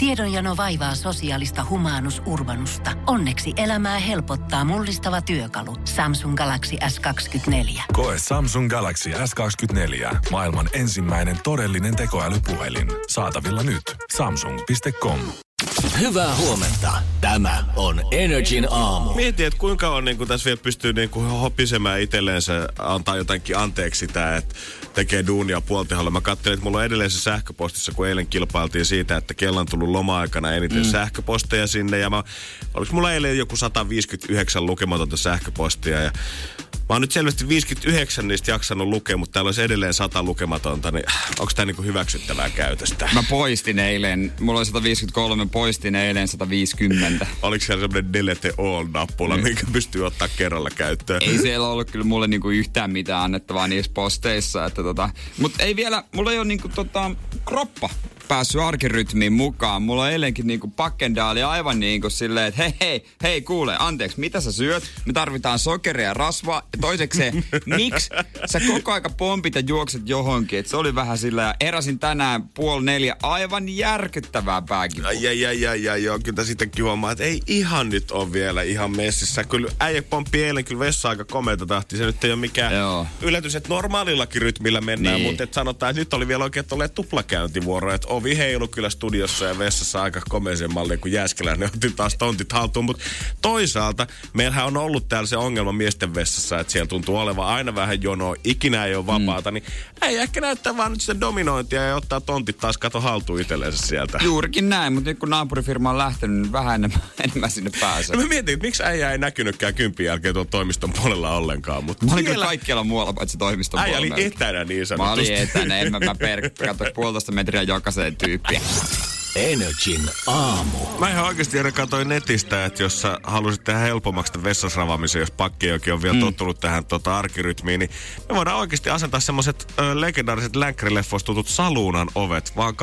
Tiedonjano vaivaa sosiaalista humanus urbanusta. Onneksi elämää helpottaa mullistava työkalu. Samsung Galaxy S24. Koe Samsung Galaxy S24. Maailman ensimmäinen todellinen tekoälypuhelin. Saatavilla nyt. Samsung.com. Hyvää huomenta. Tämä on Energin aamu. Mietin, että kuinka on niin tässä vielä pystyy niin hopisemään itselleensä, antaa jotakin anteeksi sitä, että tekee duunia puolteholla. Mä katselin, että mulla on edelleen se sähköpostissa, kun eilen kilpailtiin siitä, että kello on tullut loma-aikana eniten sähköposteja sinne. Ja oliko mulla eilen joku 159 lukematonta sähköpostia ja mä oon nyt selvästi 59 niistä jaksanut lukea, mutta täällä olisi edelleen 100 lukematonta, niin onko tää niinku hyväksyttävää käytöstä? Mä poistin eilen, mulla oli 153, poistin eilen 150. Oliko siellä semmoinen delete all-nappula, minkä pystyy ottaa kerralla käyttöön? Ei siellä ollut kyllä mulle niinku yhtään mitään annettavaa niissä posteissa, että mutta ei vielä, mulla ei ole niinku kroppa päässyt arkirytmiin mukaan. Mulla on eilenkin niinku pakkendaali aivan niinku silleen, että hei kuule, anteeksi, mitä sä syöt? Me tarvitaan sokeria ja rasvaa. Ja toisekseen, miksi sä koko aika pompit ja juokset johonkin? Et se oli vähän sillä, ja heräsin tänään 3:30, aivan järkyttävää pääkipua. Joo, kyllä sittenkin huomaa, että ei ihan nyt ole vielä ihan messissä. Kyllä äijä pomppi eilen kyllä vessa aika komeita tahti. Se nyt ei ole mikään yllätys, että normaalillakin rytmillä mennään, niin. Mutta sanotaan, että nyt oli vielä oikein tuplakäyntivuoro, että ovi heilu kyllä studiossa ja vessassa aika komeeseen malliin, kun Jääskeläinen otti taas tontit haltuun. Mutta toisaalta meillähän on ollut täällä se ongelma miesten vessassa, että siellä tuntuu olevan aina vähän jonoa, ikinä ei ole vapaata, niin ei ehkä näyttää vaan nyt sitä dominointia ja ottaa tontit taas kato haltuun itsellensä sieltä. Juurikin näin, mutta nyt kun naapurifirma on lähtenyt, niin vähän enemmän sinne pääsee. No mä mietin, että miksi äijä ei näkynytkään 10 jälkeen tuolla toimiston puolella ollenkaan. Mutta mä olin kyllä kaikkialla muualla paitsi toimiston puolella. Äijä oli etänä niin sanotusti. Mä olin etänä, en mä katsoin 1,5 metriä jokaiseen tyyppiä. Energin aamu. Mä ihan oikeasti katsoin netistä, että jos sä halusit tehdä helpommaksi tämän vessasravamisen, jos pakkijokin on vielä tottunut tähän askirytmiin, niin me voidaan oikeasti asentaa semmoiset legendaariset länkkärileffoista tutut saluunan ovet, vaan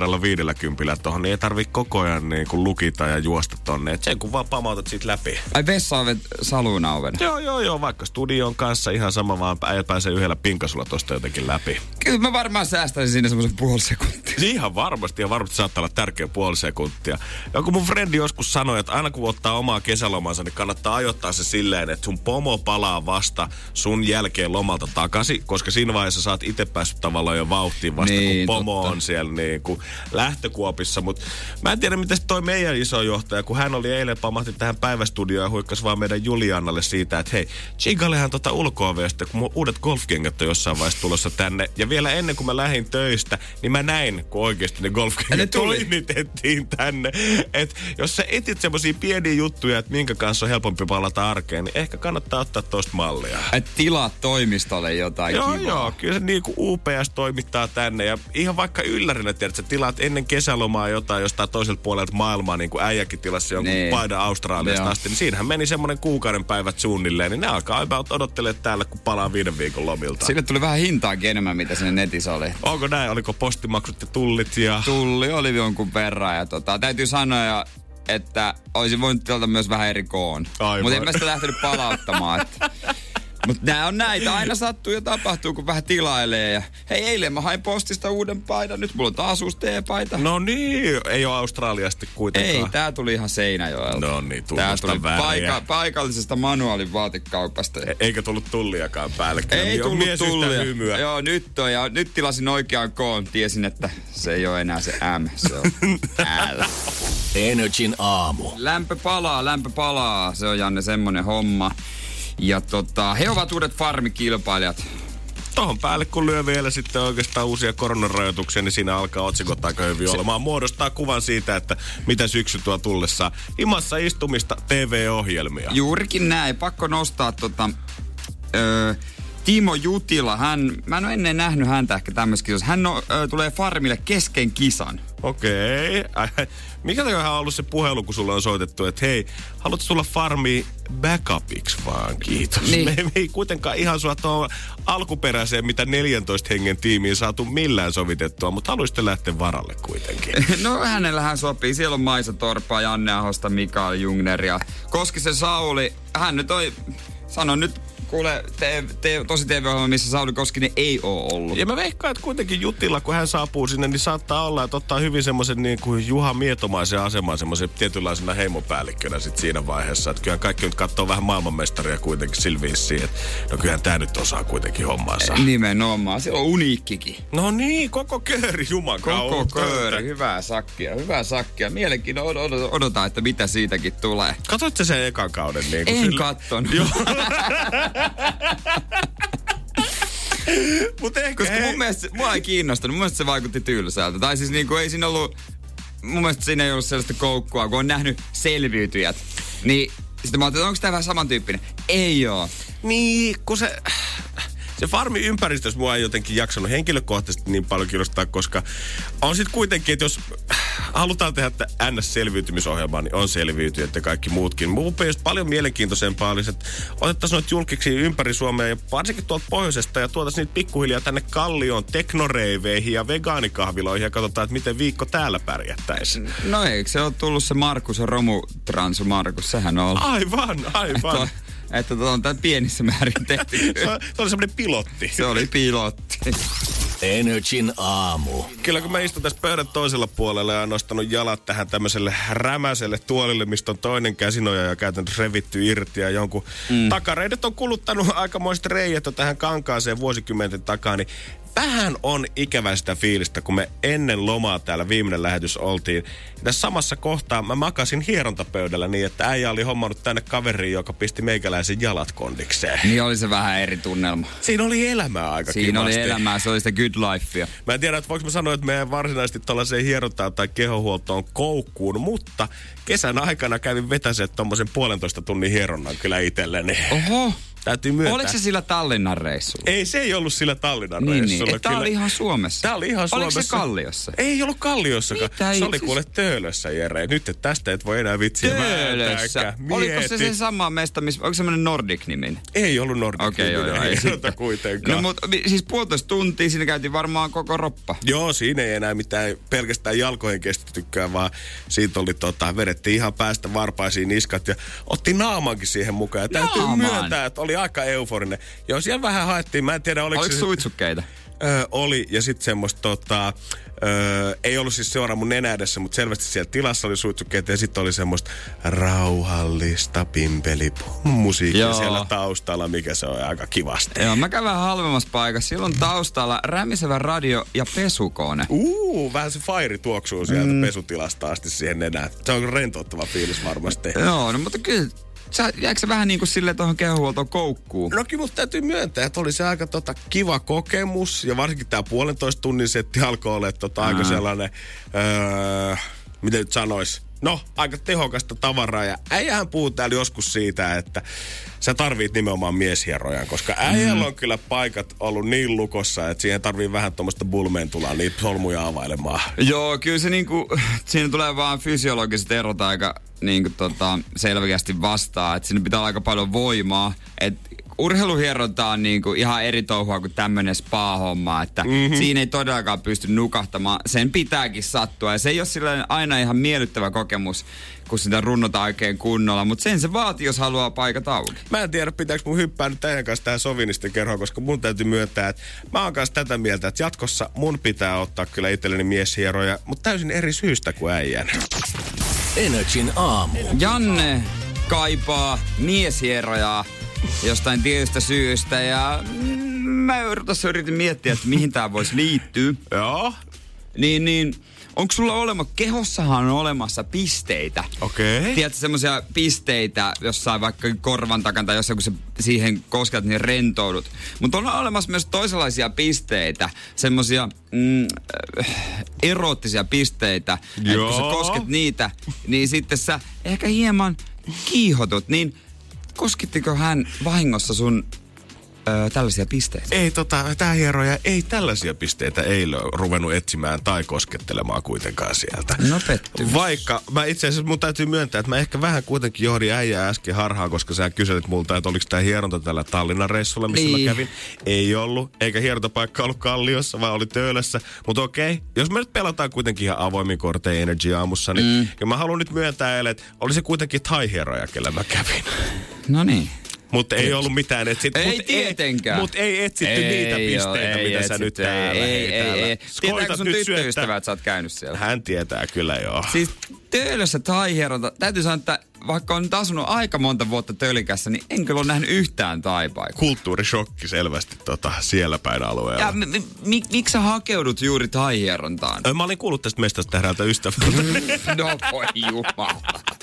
250 tohon, niin ei tarvii koko ajan niin kuin lukita ja juosta tonne. Et sen kun vaan pamautat siitä läpi. Ai vessa-ovet saluunaoven? Joo, vaikka studion kanssa ihan sama, vaan äijä pääsee yhdellä pinkasulla tosta jotenkin läpi. Kyllä mä varmaan säästäisin siinä semmoisen puoli sekuntia. Ihan varmasti, ja varmasti saattaa olla tärkeä puoli sekuntia. Joku mun frendi joskus sanoi, että aina kun ottaa omaa kesälomansa, niin kannattaa ajoittaa se silleen, että sun pomo palaa vasta sun jälkeen lomalta takaisin, koska siinä vaiheessa sä oot itse päässyt tavallaan jo vauhtiin vasta, niin, kun pomo on siellä niin kuin lähtökuopissa. Mutta mä en tiedä, miten toi meidän iso johtaja, kun hän oli eilen pamahti tähän päivästudioon ja huikkasi vaan meidän Juliannalle siitä, että hei, Chigalehan ulko-ovesta, kun mun uudet golfkengät on jossain vaiheessa tulossa tänne. Ja vielä ennen kuin mä lähdin töistä, niin mä näin, kun oikeasti ne golfkengät toimitettiin tänne. Et jos sä etit semmosia pieniä juttuja, että minkä kanssa on helpompi palata arkeen, niin ehkä kannattaa ottaa tosta mallia. Et tilaat toimistolle jotain kivaa. Joo, kyllä se niin kuin UPS toimittaa tänne. Ja ihan vaikka yllärinä, että sä tilaat ennen kesälomaa jotain jostain toiselta puolelta maailmaa, niin kuin äijäkin tilasi jonkun paidan Australiasta asti, niin siinähän meni semmoinen kuukauden päivät suunnilleen, niin ne alkaa odottelemaan täällä, kun palaa 5 viikon lomilta. Sille tuli vähän hintaakin enemmän, mitä sinne netissä oli. Onko näin? Oliko postimaksut ja tullit ja... Tulli oli jonkun verran ja täytyy sanoa, että olisin voinut tilata myös vähän eri koon. Mutta en mä sitä lähtenyt palauttamaan. Mutta nää on näitä. Aina sattuu ja tapahtuu, kun vähän tilailee. Ja hei, eilen mä hain postista uuden paidan. Nyt mulla on taas uusi teepaita. No niin, ei ole Australiasta kuitenkaan. Ei, tää tuli ihan Seinäjoelta. No niin, tää tuli paikallisesta manuaalin vaatekaupasta. Eikä tullut tulliakaan päälle. Ei tullut tullia. Joo, nyt on. Ja nyt tilasin oikean koon. Tiesin, että se ei ole enää se M. Se on L. Energin aamu. Lämpö palaa. Se on, Janne, semmonen homma. Ja he ovat uudet farmikilpailijat. Tohon päälle, kun lyö vielä sitten oikeastaan uusia koronarajoituksia, niin siinä alkaa otsikot aika hyvin olemaan. Muodostaa kuvan siitä, että mitä syksy tuo tullessaan. Himassa istumista, TV-ohjelmia. Juurikin näin. Pakko nostaa Timo Jutila. Mä en ole ennen nähnyt häntä ehkä tämmöisessä kisassa. Hän tulee farmille kesken kisan. Okei. Mikä on ollut se puhelu, kun sulla on soitettu, että hei, haluatko tulla farmiin backupiksi vaan, kiitos. Niin. Me ei kuitenkaan ihan sua tuohon alkuperäiseen, mitä 14 hengen tiimiin saatu millään sovitettua, mutta haluaisitte lähteä varalle kuitenkin. No hänellähän sopii. Siellä on Maisa Torpaa, Janne Ahosta, Mikael Jungner ja Koskisen Sauli. Hän nyt sano nyt kuule tosi TV-ohjelma, missä Sauli Koskinen ei oo ollut. Ja mä veikkaan, että kuitenkin Jutilla, kun hän saapuu sinne, niin saattaa olla, että ottaa hyvin semmoisen niin kuin Juha Mietomaisen aseman semmoisen tietynlaisena heimopäällikkönä sit siinä vaiheessa. Että kyllähän kaikki nyt katsoo vähän maailmanmestaria kuitenkin sillä vissiin, että no kyllähän tää nyt osaa kuitenkin hommaansa. Nimenomaan, se on uniikkikin. No niin, koko kööri jumakautta. Koko kööri, hyvää sakkia. Mielenkiinnolla odotan, että mitä siitäkin tulee. Katsoitko sen ekan kauden? Niin en kattonut. Koska mun mielestä mua ei kiinnostanut. Mun mielestä se vaikutti tylsältä. Tai siis niinku ei siinä ollut... Mun mielestä siinä ei ollut sellaista koukkua, kun on nähnyt Selviytyjät. Niin sitten mä ajattelin, onko tää vähän samantyyppinen? Ei oo. Niin, kun se farmi-ympäristössä mua ei jotenkin jaksanut henkilökohtaisesti niin paljon kiinnostaa, koska on sitten kuitenkin, että jos halutaan tehdä NS-selviytymisohjelmaa, niin on Selviytyjät ja kaikki muutkin. Mun mielestä paljon mielenkiintoisempaa olisi, että otettaisiin noita julkiksi ympäri Suomea ja varsinkin tuolta pohjoisesta ja tuotaisiin niitä pikkuhiljaa tänne Kallioon, teknoreiveihin ja vegaanikahviloihin ja katsotaan, että miten viikko täällä pärjättäisiin. No eikö se ole tullut se Markus, se romutransu Markus, sehän on ollut. Aivan. Että on tää pienissä määrin tehty. Se oli semmoinen pilotti. Se oli pilotti. Energin aamu. Kyllä kun mä istun tässä pöydän toisella puolella ja on nostanut jalat tähän tämmöiselle rämäiselle tuolille, mistä on toinen käsinoja ja käytännössä revitty irti ja jonkun takareidet on kuluttanut aikamoiset reijät tähän kankaaseen vuosikymmenten takaa, niin vähän on ikävä sitä fiilistä, kun me ennen lomaa täällä viimeinen lähetys oltiin. Ja tässä samassa kohtaa mä makasin hierontapöydällä niin, että äijä oli hommannut tänne kaveriin, joka pisti meikäläisen jalat kondikseen. Niin oli se vähän eri tunnelma. Siinä oli elämää aika Siinä kivasti. oli elämää, se oli sitä good lifea. Mä en tiedä, että voiko mä sanoa, että meidän varsinaisesti tuollaiseen hierontaan tai kehohuoltoon koukkuun, mutta kesän aikana kävin vetäsen tommosen 1,5 tunnin hieronnan kyllä itselleni. Oho. Täytyy myöntää. Oliko se sillä Tallinnan reissulla? Ei, se ei ollut sillä Tallinnan reissulla. Niin. Tää oli ihan Suomessa. Tää oli ihan Suomessa. Oliko se Kalliossa? Ei ollut Kalliossakaan. Mitä se oli kuule Töölössä, Jere. Nyt tästä et voi enää vitsiä Töölössä? Oliko se sama mesta, missä, onko semmoinen Nordic-niminen? Ei ollut Nordic-niminen. Okei, ei sitten kuitenkaan. No mutta siis 1,5 tuntia, siinä käytiin varmaan koko roppa. Joo, siinä ei enää mitään pelkästään jalkojen kestytykään, vaan siitä oli vedettiin ihan päästä varpaisiin niskat ja otti naamankin siihen mukaan. Ja täytyy myöntää, että oli aika euforinen. Joo, siellä vähän haettiin. Mä en tiedä, oliko se suitsukkeita? Oli, ja sitten semmoista ei ollut siis suoraan mun nenä edessä, mutta selvästi siellä tilassa oli suitsukkeita ja sitten oli semmoista rauhallista pimpelimusiikkia siellä taustalla, mikä se on aika kivasti. Joo, mä käyn vähän halvemmassa paikassa. Silloin taustalla rämisevä radio ja pesukone. Vähän se fairi tuoksuu sieltä pesutilasta asti siihen nenään. Se on rentouttava fiilis varmasti. Joo, no mutta kyllä. Jääkö se vähän niin kuin silleen tuohon kehohuoltoon koukkuun? No kyllä, mutta täytyy myöntää, että oli se aika kiva kokemus. Ja varsinkin tämä 1,5 tunnin setti alkoi olla aika sellainen, miten nyt sanois, no aika tehokasta tavaraa. Ja äijähän puhuu täällä joskus siitä, että sä tarvit nimenomaan mieshierojan, koska äijällä on kyllä paikat ollut niin lukossa, että siihen tarvii vähän tuommoista bulmeentulaa niitä solmuja availemaan. Joo, kyllä se siinä tulee vaan fysiologiset erot aika selvästi vastaan, että siinä pitää olla aika paljon voimaa, että urheiluhieronta on ihan eri touhua kuin tämmöinen spa-homma, että siinä ei todellakaan pysty nukahtamaan. Sen pitääkin sattua ja se ei ole silleen aina ihan miellyttävä kokemus, kun sitä runnotaan oikein kunnolla, mutta sen se vaatii, jos haluaa paikat auki. Mä en tiedä, pitääkö mun hyppää nyt teidän kanssa tähän sovinisten kerhoon, koska mun täytyy myöntää, että mä oon kanssa tätä mieltä, että jatkossa mun pitää ottaa kyllä itselleni mieshieroja, mutta täysin eri syystä kuin äijän. Energin aamu. Janne kaipaa mieshierojaa jostain tietystä syystä ja mä tässä yritin miettiä, että mihin tää voisi liittyä. Joo. Niin, onko sulla kehossahan on olemassa pisteitä. Okei. Tiedätkö semmoisia pisteitä jossain vaikka korvan takana tai jossain, kun sä siihen kosket, niin rentoudut. Mutta on olemassa myös toisenlaisia pisteitä, semmoisia eroottisia pisteitä. Että kun sä kosket niitä, niin sitten sä ehkä hieman kiihotut. Niin koskittiko hän vahingossa sun tällaisia pisteitä? Ei tää hieroja ei tällaisia pisteitä ei ruvennut etsimään tai koskettelemaan kuitenkaan sieltä. No pettymys. Vaikka mä itse asiassa mun täytyy myöntää, että mä ehkä vähän kuitenkin johdin äijää äsken harhaan, koska sä kyselit multa, että oliko tää hieronta tällä Tallinnan reissulla, missä mä kävin. Ei ollut, eikä hierontapaikka ollut Kalliossa, vaan oli Töölössä. Mutta okei, jos me nyt pelataan kuitenkin ihan avoimin kortein Energy aamussa, niin ja mä haluan nyt myöntää, että oli se kuitenkin thai-hieroja, kellä mä kävin. No niin. Mutta ei ollut mitään etsitty. Ei tietenkään. Mutta ei etsitty niitä pisteitä, mitä sä nyt täällä. Ei. Tietääkö sun tyttöystävä, että sä oot käynyt siellä? Hän tietää kyllä, joo. Siis Töölössä thaihieronta, täytyy sanoa, että vaikka on nyt asunut aika monta vuotta Tölikässä, niin en kyllä ole nähnyt yhtään thaipaikkaa. Kulttuurishokki selvästi siellä päin alueella. Ja miksi sä hakeudut juuri thaihierontaan? Mä olin kuullut tästä mestasta tähdeltä ystävältä. No voi jumala.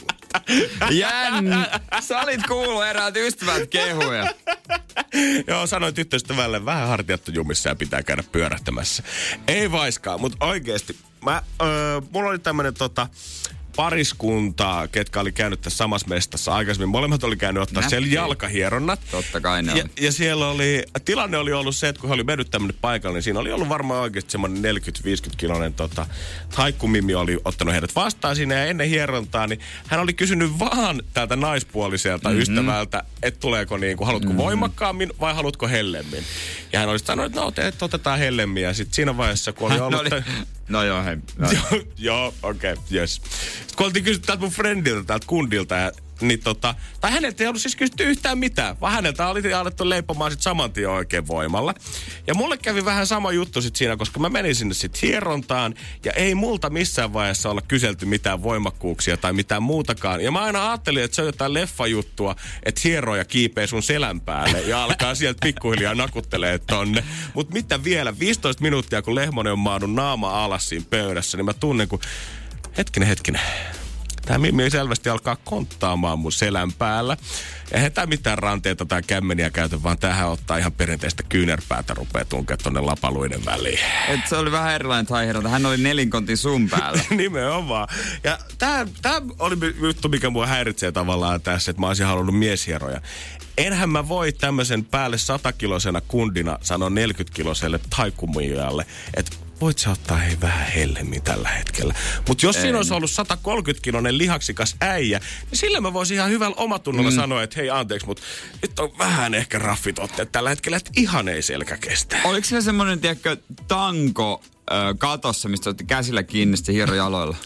Sä olit kuullut eräät ystävät kehuja. Joo, sanoin tyttöystävälle vähän hartiattu jumissa ja pitää käydä pyörähtämässä. Ei vaiskaan, mutta oikeesti. Mulla oli tämmönen pariskuntaa, ketkä oli käynyt tässä samassa mestassa aikaisemmin. Molemmat oli käynyt ottaa siellä jalkahieronnat. Totta kai ne on. Ja siellä tilanne oli ollut se, että kun he oli mennyt tämmöinen paikalle, niin siinä oli ollut varmaan oikeasti semmoinen 40-50 kiloinen haikkumimmi oli ottanut heidät vastaan siinä. Ja ennen hierontaa, niin hän oli kysynyt vaan tältä naispuoliselta ystävältä, että tuleeko haluatko voimakkaammin vai haluatko hellemmin. Ja hän oli sanonut, että no, otetaan hellemmin. Ja sitten siinä vaiheessa, kun oli ollut... No joo, hei. No. Joo, okei, yes. Sitten kun oltiin kysytty täältä mun friendiltä, täältä kundilta, niin tai häneltä ei ollut siis kysytty yhtään mitään, vaan häneltä oli alettu leipomaan sit saman tien oikein voimalla. Ja mulle kävi vähän sama juttu sit siinä, koska mä menin sinne sit hierontaan, ja ei multa missään vaiheessa olla kyselty mitään voimakkuuksia tai mitään muutakaan. Ja mä aina ajattelin, että se on jotain leffajuttua, että hieroja kiipee sun selän päälle ja alkaa sieltä pikkuhiljaa nakuttelee tonne. Mut mitä vielä, 15 minuuttia kun Lehmonen on maannut naama alas siinä pöydässä, niin mä tunnen kun, hetkinen. Tämä Mimmi selvästi alkaa konttaamaan mun selän päällä. Ja eihän tää mitään ranteita tai kämmeniä käytä, vaan tämähän ottaa ihan perinteistä kyynärpäätä, rupeaa tunkemaan tonne lapaluiden väliin. Et se oli vähän erilainen thaihieronta. Hän oli nelinkontin sun päällä. Nimenomaan. Ja tää oli juttu, mikä mua häiritsee tavallaan tässä, että mä olisin halunnut mieshieroja. Enhän mä voi tämmöisen päälle 100-kilosena kundina sanoa 40-kiloselle thaikumijalle, että voit sä ottaa vähän hellemmin tällä hetkellä. Mutta jos siinä olisi ollut 130-kiloinen lihaksikas äijä, niin sillä mä voisin ihan hyvällä omatunnolla sanoa, että hei anteeksi, mutta nyt on vähän ehkä raffit otteet tällä hetkellä, että ihan ei selkä kestä. Oliko se semmoinen, tiedätkö, tanko katossa, mistä otti käsillä kiinni sitten hierojaloilla?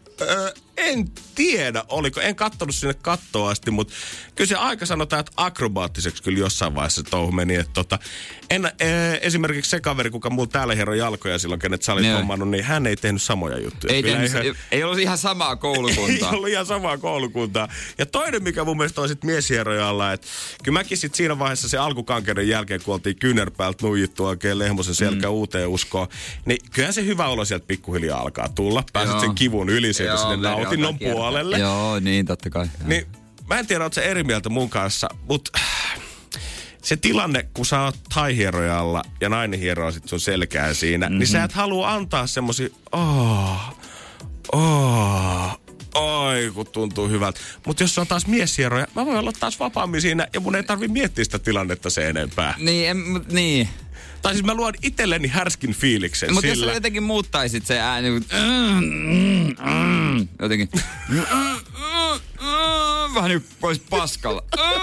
En tiedä, oliko. En kattonut sinne kattoa asti, mutta kyllä se aika sanotaan, että akrobaattiseksi kyllä jossain vaiheessa se touhu meni. Että esimerkiksi se kaveri, kuka mulla täällä hieroi jalkoja silloin, kenet sä olit hommannut, niin hän ei tehnyt samoja juttuja. Ei ollut ihan samaa koulukuntaa. Ei ollut ihan samaa koulukuntaa. Ja toinen, mikä mun mielestä on sit mieshierojalla, että kyllä mäkin sit siinä vaiheessa se alkukankeuden jälkeen, kun oltiin kyynärpäältä nuijittu oikein Lehmosen selkä uuteen uskoon, niin kyllähän se hyvä olo sieltä pikkuhiljaa alkaa tulla. Pääset sen kivun yli sieltä sinne nautinnon puolelle. Joo, niin totta kai. Niin, mä en tiedä, oot sä eri mieltä mun kanssa, mutta se tilanne, kun sä oot thaihierojalla ja nainen hieroo sit sun selkää siinä, niin sä et halua antaa semmosia, oi kun tuntuu hyvältä. Mutta jos se on taas mieshieroja, mä voin olla taas vapaammin siinä ja mun ei tarvi miettiä sitä tilannetta sen enempää. Niin. Tai siis mä luon itselleni härskin fiiliksen mutta sillä. jos sä jotenkin muuttaisit se ääni, jotenkin vähän nyt pois paskalla.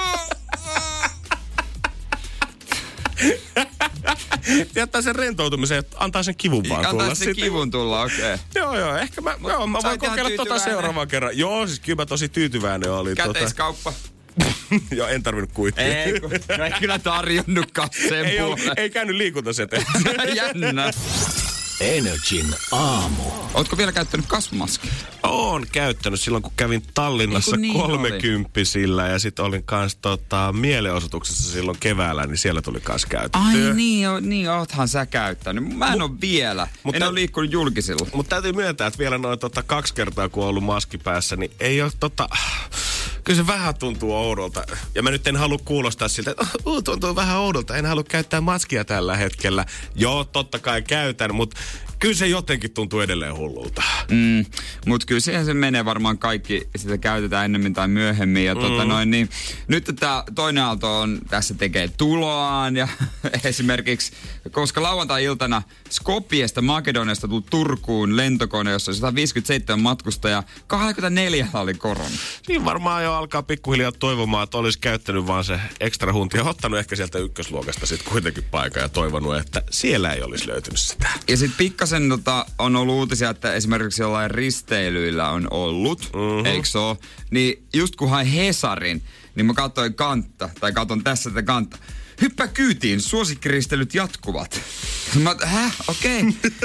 Jättää sen rentoutumisen ja antaa sen kivun vaan tulla. Antaa sen kivun tulla, okei. Joo, ehkä mä voin kokeilla seuraavan kerran. Joo, siis kyllä mä tosi tyytyväinen olin. Käteiskauppa. Joo, en tarvinnut kuittia. Ei kyllä tarjonnutkaan sen puoleen. Ei käynyt liikuntaseteen. Jännä. Energin aamu. Ootko vielä käyttänyt kasvomaskia? Oon käyttänyt silloin, kun kävin Tallinnassa 30-sillä ja sitten olin kanssa mielenosoituksessa silloin keväällä, niin siellä tuli kanssa käytetty. Ai niin, oothan sä käyttänyt. Mä en ole vielä. En ole liikkunut julkisilla. Mutta täytyy myöntää, että vielä noin 2 kertaa, kun on ollut maski päässä, niin ei ole kyllä se vähän tuntuu oudolta. Ja mä nyt en halua kuulostaa siltä, että tuntuu vähän oudolta. En halua käyttää maskia tällä hetkellä. Joo, totta kai käytän, mutta kyllä se jotenkin tuntuu edelleen hullulta. Mutta kyllä siihen se menee varmaan kaikki. Sitä käytetään ennemmin tai myöhemmin. Ja niin, nyt tämä toinen aalto on, tässä tekee tuloaan. Ja esimerkiksi, koska lauantai-iltana Skopjesta Makedoniasta tuli Turkuun lentokone, jossa on 157 matkustajaa. 24 oli korona. Niin varmaan jo alkaa pikkuhiljaa toivomaan, että olisi käyttänyt vaan se ekstra hunti ja ottanut ehkä sieltä ykkösluokasta sitten kuitenkin paikan ja toivonut, että siellä ei olisi löytynyt sitä. Ja sitten pikkasen pikkasen on ollut uutisia, että esimerkiksi jollain risteilyillä on ollut, eikö se ole? Niin just kun hain Hesarin, niin mä katon tässä tätä kantta. Hyppää kyytiin, suosikkiristelyt jatkuvat. Mä okei.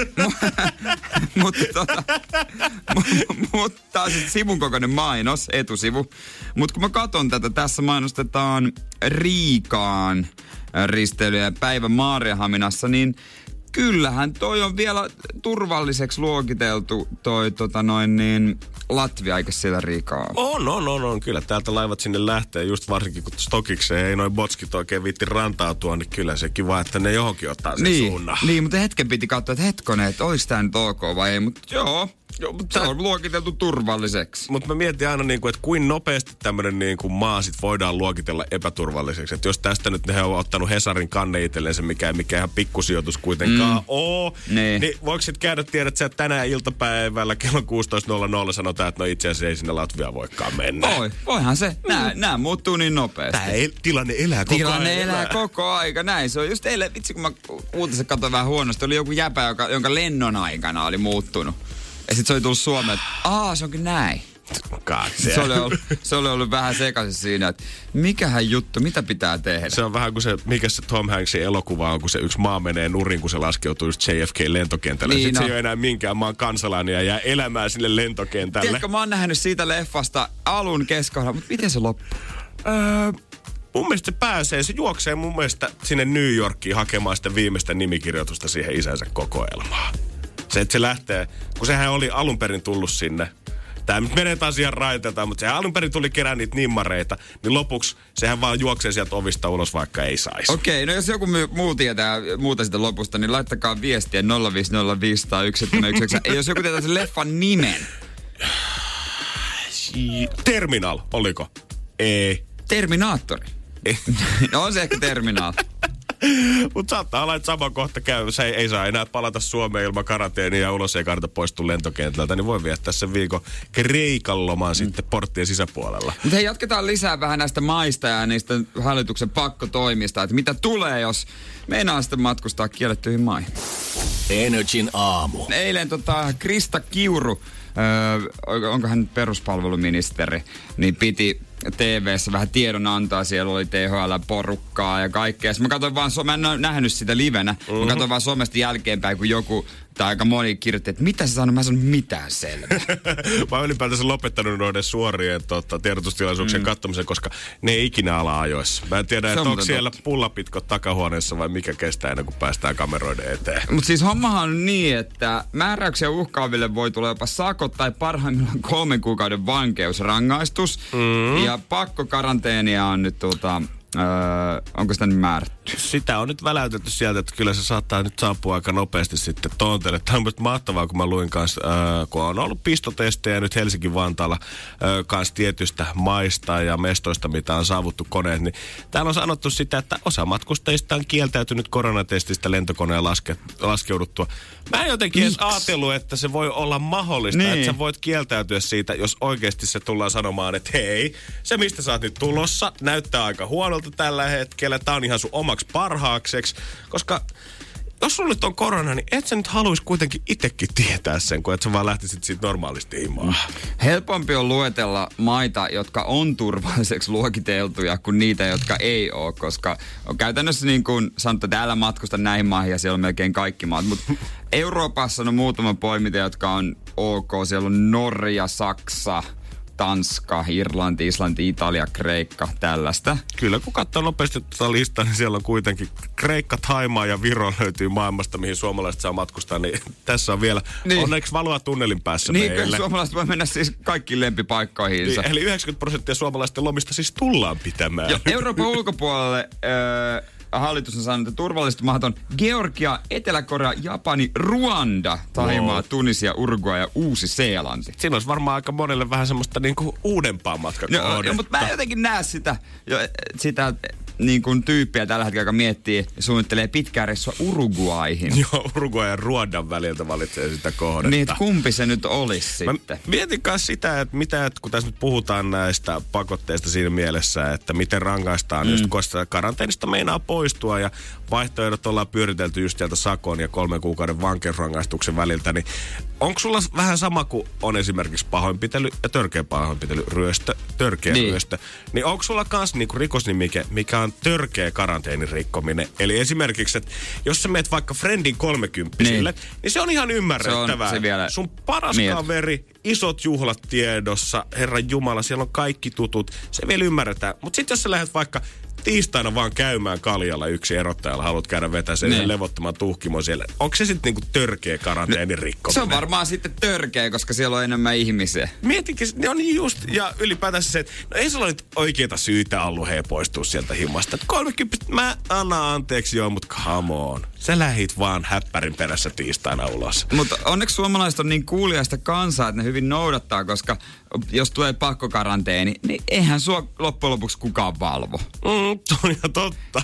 Mutta tää on sit sivun kokoinen mainos, etusivu. Mutta kun mä katon tätä, tässä mainostetaan Riikaan risteilyjä päivä Maarianhaminassa, niin kyllähän toi on vielä turvalliseksi luokiteltu toi Latvia, eikä siellä Riikaa. On. Kyllä täältä laivat sinne lähtee, just varsinkin kun stokikseen ei noin botskit oikein viitti rantautua, niin kyllä se kiva, että ne johonkin ottaa sen suunnan. Niin, mutta hetken piti katsoa, että hetkonen, että olis tää nyt ok vai ei, mutta joo, mutta se on luokiteltu turvalliseksi. Mutta mä mietin aina, että kuin nopeasti tämmönen maa sit voidaan luokitella epäturvalliseksi. Että jos tästä nyt ne on ottanut Hesarin kanne itsellensä, mikä ihan pikkusijoitus kuitenkaan niin voiko sit käydä, tiedät sä, että tänään iltapäivällä kello 16.00 sanotaan, että no itse asiassa ei sinne Latviaan voikaan mennä. Voihan se. Nää muuttuu niin nopeasti. Tilanne elää koko aika. Näin se on. Just eilen, vitsi kun mä uutisen katsoin vähän huonosti, oli joku jäpä, jonka lennon aikana oli muuttunut. Ja sit se oli tullut Suomeen, että se onkin näin. Se oli ollut vähän sekaisin siinä, että mikähän juttu, mitä pitää tehdä. Se on vähän kuin se, mikä se Tom Hanksin elokuva on, kun se yksi maa menee nurin, kun se laskeutuu just JFK-lentokentälle. Niin, sitten se ei ole enää minkään maan kansalainen ja jää elämään sinne lentokentälle. Tiedätkö, mä oon nähnyt siitä leffasta alun keskohdalla, mutta miten se loppuu? Mun mielestä se juoksee mun mielestä sinne New Yorkiin hakemaan sitä viimeistä nimikirjoitusta siihen isänsä kokoelmaan. Se, että se lähtee, kun sehän oli alun perin tullut sinne. Tämä nyt menee taas ihan raiteelta, mutta sehän alun perin tuli kerään niitä nimmareita, niin lopuksi sehän vaan juoksee sieltä ovista ulos, vaikka ei saisi. Okei, no jos joku muu tietää muuta sitä lopusta, niin laittakaa viestiä 050501719. Jos joku tietää sen leffan nimen. Terminal, oliko? Ei. Terminaattori. No on se ehkä Terminal. Mutta saattaa olla, että sama kohta käy. Se ei saa enää palata Suomeen ilman karanteenia ja ulos ei kannata poistua lentokentältä. Niin voi viettää sen viikon Kreikan lomaan sitten porttien sisäpuolella. Mutta hei, jatketaan lisää vähän näistä maista ja niistä hallituksen pakkotoimista. Että mitä tulee, jos meinaa sitten matkustaa kiellettyihin maihin. Energin aamu. Eilen Krista Kiuru, onko hän peruspalveluministeri, niin piti TV:ssä vähän tiedonantoa, siellä oli THL-porukkaa ja kaikkea. Mä katsoin vaan, mä en nähnyt sitä livenä, mä katsoin vaan somesta jälkeenpäin, kun joku tai aika moni kirjoitti, että mitä sä sanoi, mä sanon mitään selvää. Mä oon ylipäätänsä lopettanut noiden suorien tiedotustilaisuuksien katsomisen, koska ne ei ikinä ala ajoissa. Mä en tiedä, että onko siellä pullapitkot takahuoneessa vai mikä kestää ennen kuin päästään kameroiden eteen. Mutta siis hommahan on niin, että määräyksiä uhkaaville voi tulla jopa sakot tai parhaimmillaan 3 kuukauden vankeusrangaistus. Ja pakkokaranteenia on nyt onko sitä nyt määrätty? Sitä on nyt väläytetty sieltä, että kyllä se saattaa nyt saapua aika nopeasti sitten Tontelle. Tämä on myös mahtavaa, kun mä luin kanssa, kun on ollut pistotestejä nyt Helsinki-Vantaalla kanssa tietystä maista ja mestoista, mitä on saavuttu koneet, niin täällä on sanottu sitä, että osa matkustajista on kieltäytynyt koronatestistä lentokoneen laskeuduttua. Mä en jotenkin edes ajatellut, että se voi olla mahdollista, että sä voit kieltäytyä siitä, jos oikeasti se tullaan sanomaan, että hei, se mistä sä oot nyt tulossa näyttää aika huonolta tällä hetkellä. Tää on ihan sun omaksi parhaakseksi, koska jos sulla nyt on korona, niin et sä nyt haluaisi kuitenkin itsekin tietää sen, kun et sä vaan lähtisit siitä normaalisti himaan. Helpompi on luetella maita, jotka on turvalliseksi luokiteltuja, kuin niitä, jotka ei ole, koska on käytännössä niin kuin sanottu, että älä matkusta näihin maihin ja siellä on melkein kaikki maat. Mutta Euroopassa on muutama poiminta, jotka on ok. Siellä on Norja, Saksa, Tanska, Irlanti, Islanti, Italia, Kreikka, tällaista. Kyllä, kun katsoo nopeasti tätä listaa, niin siellä on kuitenkin Kreikka, Thaimaa ja Viro löytyy maailmasta, mihin suomalaiset saa matkustaa. Niin tässä on vielä onneksi valoa tunnelin päässä meille. Niin, suomalaiset voi mennä siis kaikkiin lempipaikkoihinsa. Niin, eli 90% suomalaisten lomista siis tullaan pitämään. Ja Euroopan ulkopuolelle hallitus on sanonut, että turvalliset maat on Georgia, Etelä-Korea, Japani, Ruanda, Thaimaa, Tunisia, Uruguay ja Uusi-Seelanti. Siinä olisi varmaan aika monelle vähän semmoista niinku uudempaa matkakohdetta. Mutta mä en jotenkin näe sitä niin kuin tyyppiä tällä hetkellä, joka miettii ja suunnittelee pitkää reissua Uruguayhin. Joo, Uruguay ja Ruandan väliltä valitsee sitä kohdetta. Niin, kumpi se nyt olisi sitten? Mietin kanssa sitä, että kun tässä nyt puhutaan näistä pakotteista siinä mielessä, että miten rangaistaan just kun karanteenista meinaa poistua ja vaihtoehdot ollaan pyöritelty just sieltä sakon ja 3 kuukauden vankeusrangaistuksen väliltä, niin onko sulla vähän sama kuin on esimerkiksi pahoinpitely ja törkeä pahoinpitely, törkeä ryöstö, niin onko sulla kans niinku rikosnimike, mikä on törkeä karanteenin rikkominen? Eli esimerkiksi, että jos sä meet vaikka friendin 30-sille, niin se on ihan ymmärrettävää. Se vielä sun paras kaveri, isot juhlat tiedossa, Herran Jumala, siellä on kaikki tutut, se vielä ymmärretään. Mutta sitten jos sä lähdet vaikka tiistaina vaan käymään kaljalla yksin erottajalla, haluat käydä vetää sen levottoman tuhkimon siellä. Onko se sitten niinku törkeä karanteenin rikkominen? Se on varmaan sitten törkeä, koska siellä on enemmän ihmisiä. Mietikin, ne on just, ja ylipäätänsä se, että no ei sulla nyt oikeita syytä ollut poistua sieltä himasta. 30, mä annan anteeksi joo, mutta come on. Sä lähit vaan häppärin perässä tiistaina ulos. Mutta onneksi suomalaiset on niin kuuliaista kansaa, että ne hyvin noudattaa, koska jos tulee pakkokaranteeni, niin eihän sua loppujen lopuksi kukaan valvo. Se on ihan totta.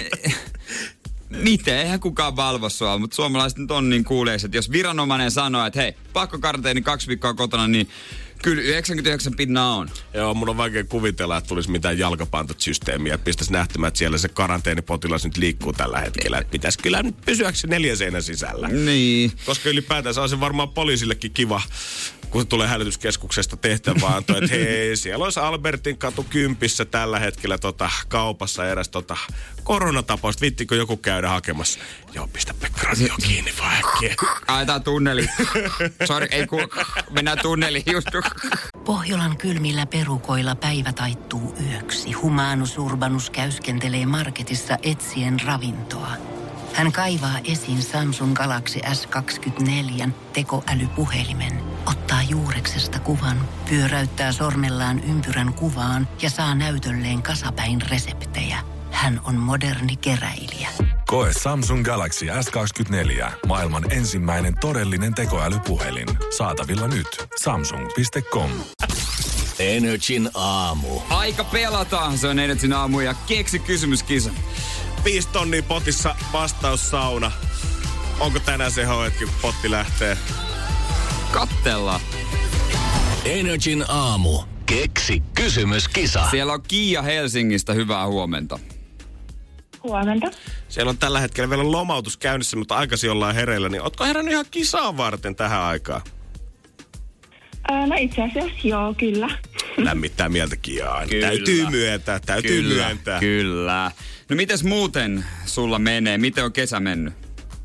Miten? Eihän kukaan valvo sua, mutta suomalaiset nyt on niin kuuliaisia, että jos viranomainen sanoo, että hei, pakkokaranteeni 2 viikkoa kotona, niin kyllä 99% on. Joo, mun on vaikea kuvitella, että tulisi mitään jalkapantot-systeemiä, että pistäisi nähtymään, että siellä se karanteenipotilas nyt liikkuu tällä hetkellä. Että pitäisi kyllä nyt pysyäksi 4 seinän sisällä. Niin. Koska ylipäätään on se varmaan poliisillekin kiva, kun se tulee hälytyskeskuksesta tehtävään, että hei, siellä olisi Albertin katu 10 tällä hetkellä kaupassa eräs koronatapausta. Viittikö joku käydä hakemassa? Joo, pistä Pekka radio kiinni vaan äkkiä. Aetaan tunneli. Sori, ei mennään tunneliin just. Pohjolan kylmillä perukoilla päivä taittuu yöksi. Humanus Urbanus käyskentelee marketissa etsien ravintoa. Hän kaivaa esiin Samsung Galaxy S24 tekoälypuhelimen, ottaa juureksesta kuvan, pyöräyttää sormellaan ympyrän kuvaan ja saa näytölleen kasapäin reseptejä. Hän on moderni keräilijä. Koe Samsung Galaxy S24. Maailman ensimmäinen todellinen tekoälypuhelin. Saatavilla nyt. Samsung.com. NRJ:n aamu. Aika pelata. Se on NRJ:n aamu ja keksi kysymyskisa. 5 tonnia potissa, vastaus sauna. Onko tänään se hetki, kun potti lähtee? Kattellaan. NRJ:n aamu. Keksi kysymyskisa. Siellä on Kiia Helsingistä. Hyvää huomenta. Huomenta. Siellä on tällä hetkellä vielä lomautus käynnissä, mutta aikaisin ollaan hereillä. Niin ootko herännyt ihan kisaa varten tähän aikaan? No itse asiassa joo, kyllä. Lämmittää mieltä Kiaa. Täytyy myöntää, myöntää. Kyllä. No mites muuten sulla menee? Miten on kesä mennyt?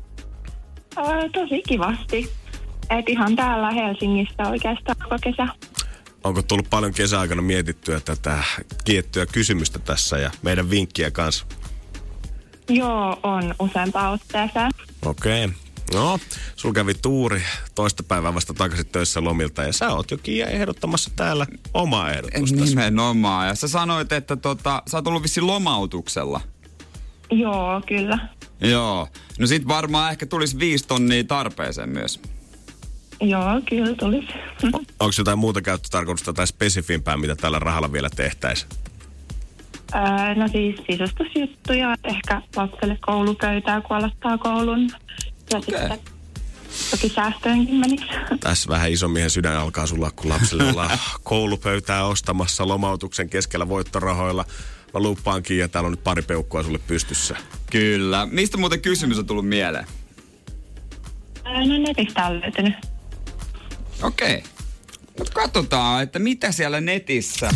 Tosi kivasti. Et ihan täällä Helsingissä oikeastaan koko kesä. Onko tullut paljon kesäaikana mietittyä tätä kiettyä kysymystä tässä ja meidän vinkkiä kanssa? Joo, on useampaan otteeseen. Okei. No, sulla kävi tuuri toista päivää vasta takaisin töissä lomilta ja sä oot jo Kiia ehdottamassa täällä omaa ehdotusta. Nimenomaan. Ja sä sanoit, että sä oot ollut vissiin lomautuksella. Joo, kyllä. Joo. No sit varmaan ehkä tulisi 5 tonnia tarpeeseen myös. Joo, kyllä tulisi. Onko jotain muuta käyttötarkoitusta tai spesifimpää, mitä tällä rahalla vielä tehtäisiin? No siis sisustusjuttuja, ehkä lapselle koulupöytää, kun aloittaa koulun. Ja sitten toki säästöönkin menisi. Tässä vähän isommiehen sydän alkaa sulla, kun lapselle ollaan koulupöytää ostamassa lomautuksen keskellä voittorahoilla. Mä luuppaankin ja täällä on nyt pari peukkua sulle pystyssä. Kyllä. Mistä muuten kysymys on tullut mieleen? No netistä on löytynyt. Okei. Mutta katsotaan, että mitä siellä netissä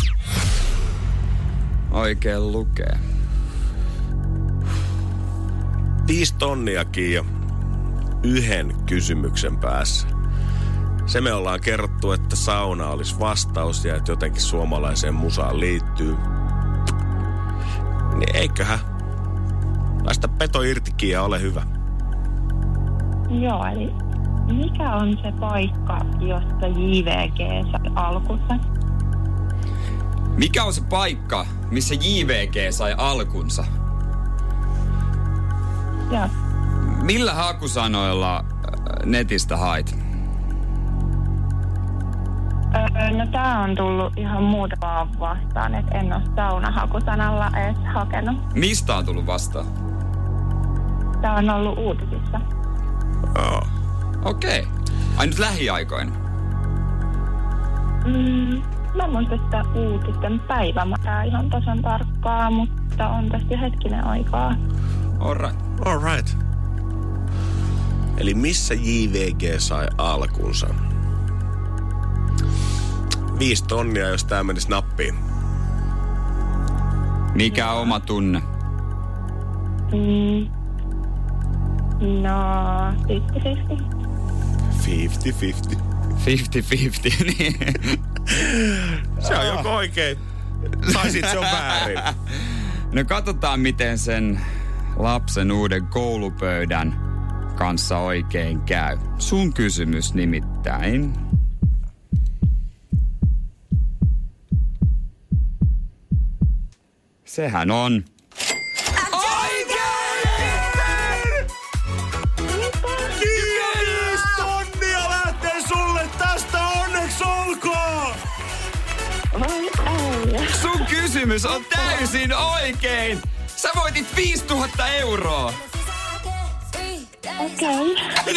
oikein lukee. 5 tonniakin jo 1 kysymyksen päässä. Se me ollaan kerrottu, että sauna olisi vastaus ja että jotenkin suomalaiseen musaan liittyy. Niin eiköhän laista peto irtikin ja ole hyvä. Joo, eli mikä on se paikka, josta JVG sai alkunsa? Mikä on se paikka, missä JVG sai alkunsa? Joo. Millä hakusanoilla netistä hait? No tää on tullut ihan muutamaan vastaan, että en ole saunahakusanalla edes hakenut. Mistä on tullut vastaan? Tää on ollut uutisissa. Joo. Okei. Ai nyt lähiaikoina? Mä muistan sitä uutisten päivämäärää ihan tasan tarkkaa, mutta on tästä hetkinen aikaa. All right. Eli missä JVG sai alkunsa? 5 tonnia, jos tää menisi nappiin. Mikä on oma tunne? No, 50-50. 50-50. 50-50, niin. Se on joko oikein, tai sit se on väärin. No katsotaan, miten sen lapsen uuden koulupöydän kanssa oikein käy. Sun kysymys nimittäin. Sehän on... Oikein! 5 tonnia lähtee sulle tästä, onneksi olkoon! Sun kysymys on täysin oikein! Sä voitit 5000 euroa! Okei.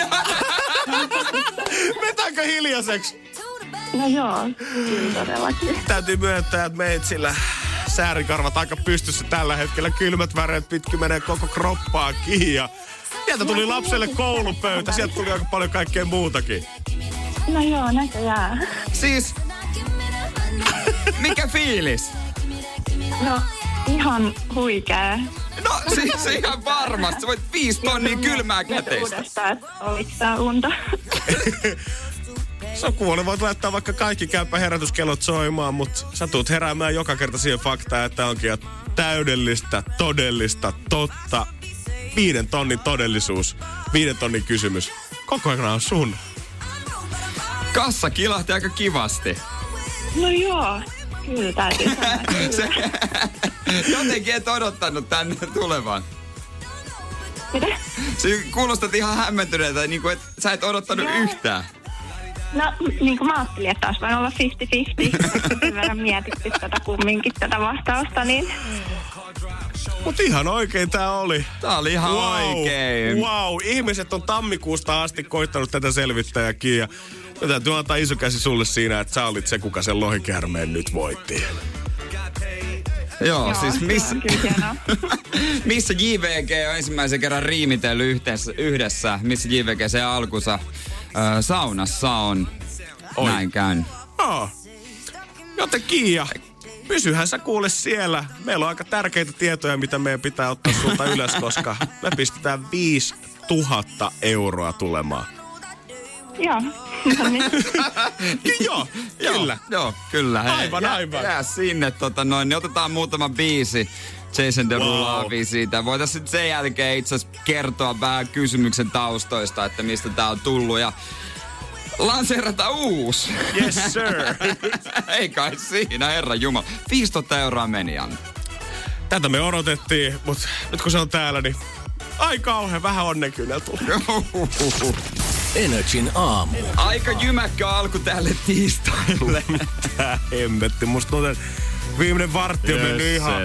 Vetäänkö hiljaiseksi? No joo, kyllä todellakin. Täytyy myöntää, että meitsillä säärikarvat aika pystyssä tällä hetkellä. Kylmät väreet pitkin menee koko kroppaan kiinni. Ja sieltä tuli lapselle koulupöytä. Sieltä tuli aika paljon kaikkea muutakin. No joo, näköjään. Siis... Mikä fiilis? No, ihan huikea. No siis ihan varmasti. Sä voit 5 tonnia kylmää käteistä. Uudestaan, että oliko tää unta? Sokuvuonna voit laittaa vaikka kaikki käypä herätyskellot soimaan, mutta sä tuut heräämään joka kerta siihen faktaan, että onkin täydellistä, todellista, totta. 5 tonnin todellisuus, 5 tonnin kysymys. Kokonaan on sun. Kassa kilahti aika kivasti. No joo, kyllä täytyy sanoa. Jotenkin et odottanut tänne tulevan. Mitä? Sä kuulostat ihan hämmentyneeltä, niin kuin et sä et odottanut yhtään. No, niin kuin mä ajattelin, että taas vain olla 50-50. Sen verran mietitty tätä kumminkin, tätä vastausta, niin... Mut ihan oikein tää oli. Tää oli ihan oikein. Wow, ihmiset on tammikuusta asti koittanut tätä selvittää ja kiinni. Ja täytyy antaa iso käsi sulle siinä, että sä olit se, kuka sen lohikäärmeen nyt voitti. Joo, siis missä JVG on ensimmäisen kerran riimitellyt yhdessä, missä JVG se alkunsa saunassa on näin käynyt. Joten Kiia, pysyhän sä kuule siellä. Meillä on aika tärkeitä tietoja, mitä meidän pitää ottaa sulta ylös, koska me pistetään 5000 euroa tulemaan. Joo. Joo, kyllä. Joo, kyllä. Hei, Aivan. Jää sinne, niin otetaan muutama biisi Jason Derulovi siitä. Voitaisiin sitten sen jälkeen itse asiassa kertoa vähän kysymyksen taustoista, että mistä tää on tullut ja lanseerata uusi. Yes, sir. Ei kai siinä, herran jumala. 500 euroa meni, Anne. Tätä me odotettiin, mutta nyt kun se on täällä, niin ai kauhean vähän onnenkyynellä tulee. Energin aamu. Aika jymäkkä alku tälle tiistaille. Tää hemmetti. Musta tuntuu, että viimeinen vartti on mennyt ihan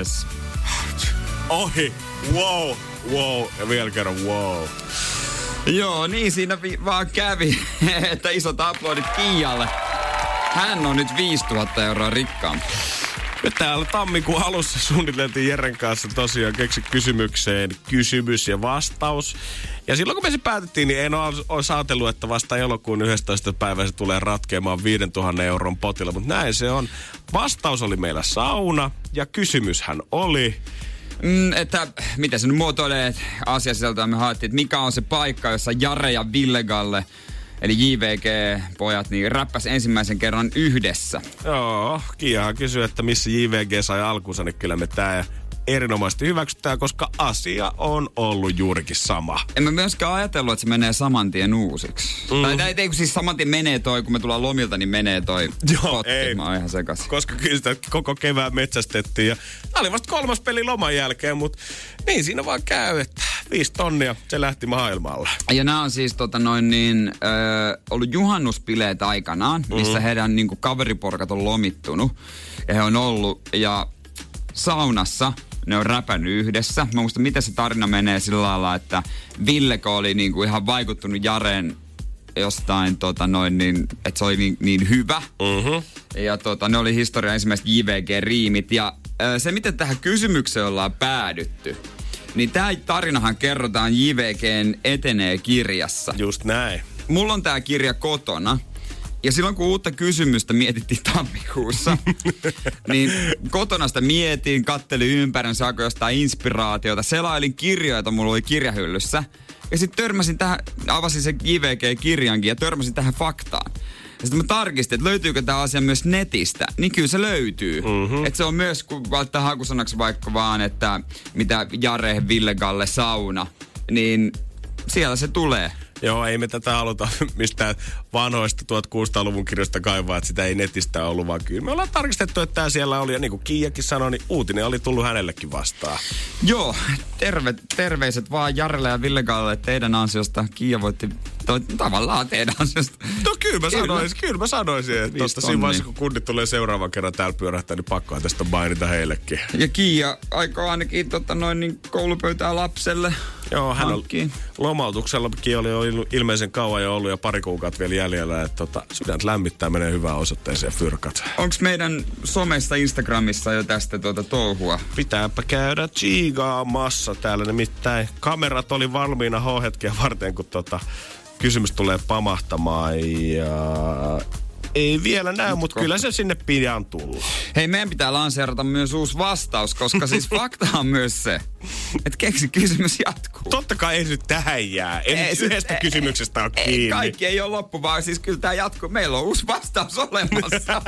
ohi. Wow. Ja vielä kerran wow. Joo, niin siinä vaan kävi, että isot aplodit Kiialle. Hän on nyt 5000 euroa rikkaampi. Nyt täällä tammikuun alussa suunniteltiin Jeren kanssa tosiaan keksi kysymykseen kysymys ja vastaus. Ja silloin kun me se päätettiin, niin en olisi ajatellut, että vasta elokuun 11. päivä se tulee ratkeamaan 5000 euron potilla. Mutta näin se on. Vastaus oli meillä sauna ja kysymyshän oli... Että miten se nyt muotoilee asiasisältöä, me haettiin, että mikä on se paikka, jossa Jare ja Villegalle, eli JVG-pojat, niin räppäs ensimmäisen kerran yhdessä. Joo, Kiahan kysyi, että missä JVG sai alkunsa, niin kyllä me tää erinomaisesti hyväksytään, koska asia on ollut juurikin sama. En mä myöskään ajatellut, että se menee saman tien uusiksi. Tai ei kun siis saman tien menee toi, kun me tullaan lomilta, niin menee toi potti. Ei. Mä oon ihan sekas. Koska kyllä sitä koko kevään metsästettiin ja tää oli vasta 3. peli loman jälkeen, mutta niin siinä vaan käy, että 5 tonnia se lähti maailmalle. Ja nämä on siis ollut juhannuspileet aikanaan, missä heidän niinku kaveriporkat on lomittunut. Ja he on ollut ja saunassa ne on räpännyt yhdessä. Mä muistan, miten se tarina menee sillä lailla, että Villeko oli niinku ihan vaikuttunut Jareen jostain, että se oli niin hyvä. Ja ne oli historian ensimmäiset JVG-riimit. Ja se, miten tähän kysymykseen ollaan päädytty, niin tää tarinahan kerrotaan JVGn Etenee -kirjassa. Just näin. Mulla on tää kirja kotona. Ja silloin kun uutta kysymystä mietittiin tammikuussa, niin kotona sitä mietin, kattelin ympärin, saako jostain inspiraatiota, selailin kirjoja, joita mulla oli kirjahyllyssä. Ja sitten törmäsin tähän, avasin sen JVG-kirjankin ja törmäsin tähän faktaan. Ja sitten mä tarkistin, että löytyykö tämä asia myös netistä. Niin kyllä se löytyy. Mm-hmm. Että se on myös, kun laittaa hakusanaksi vaikka vaan, että mitä Jare, Ville, Galle, sauna, niin siellä se tulee. Joo, ei me tätä haluta mistään vanhoista 1600-luvun kirjoista kaivaa, että sitä ei netistä ollut, vaan kyllä me ollaan tarkistettu, että tämä siellä oli, ja niin kuin Kiiakin sanoi, niin uutinen oli tullut hänellekin vastaan. Joo, terveiset vaan Jarelle ja Villegalle, että teidän ansiosta Kiia voitti, tavallaan teidän ansiosta. No kyllä mä sanoisin, että tosta siinä vaiheessa, kun kundit tulee seuraavan kerran täällä pyörähtää, niin pakkoa tästä mainita heillekin. Ja Kiia aikoo ainakin koulupöytää lapselle. Joo, hän on lomautuksellakin oli ilmeisen kauan jo ollut ja pari kuukautta vielä jäljellä, että sydäntä lämmittää, menee hyvään osoitteeseen fyrkat. Onks meidän somessa Instagramissa jo tästä touhua? Pitääpä käydä chiigaamassa täällä, nimittäin kamerat oli valmiina H-hetkeä varten, kun kysymys tulee pamahtamaan ja ei vielä näy, mutta kyllä se sinne pian tulla. Hei, meidän pitää lanseerata myös uusi vastaus, koska siis fakta on myös se, että keksi kysymys jatkuu. Totta kai ei nyt tähän jää. Ei yhdestä kysymyksestä ole kiinni. Kaikki ei ole loppu, vaan siis kyllä tämä jatkuu. Meillä on uusi vastaus olemassa.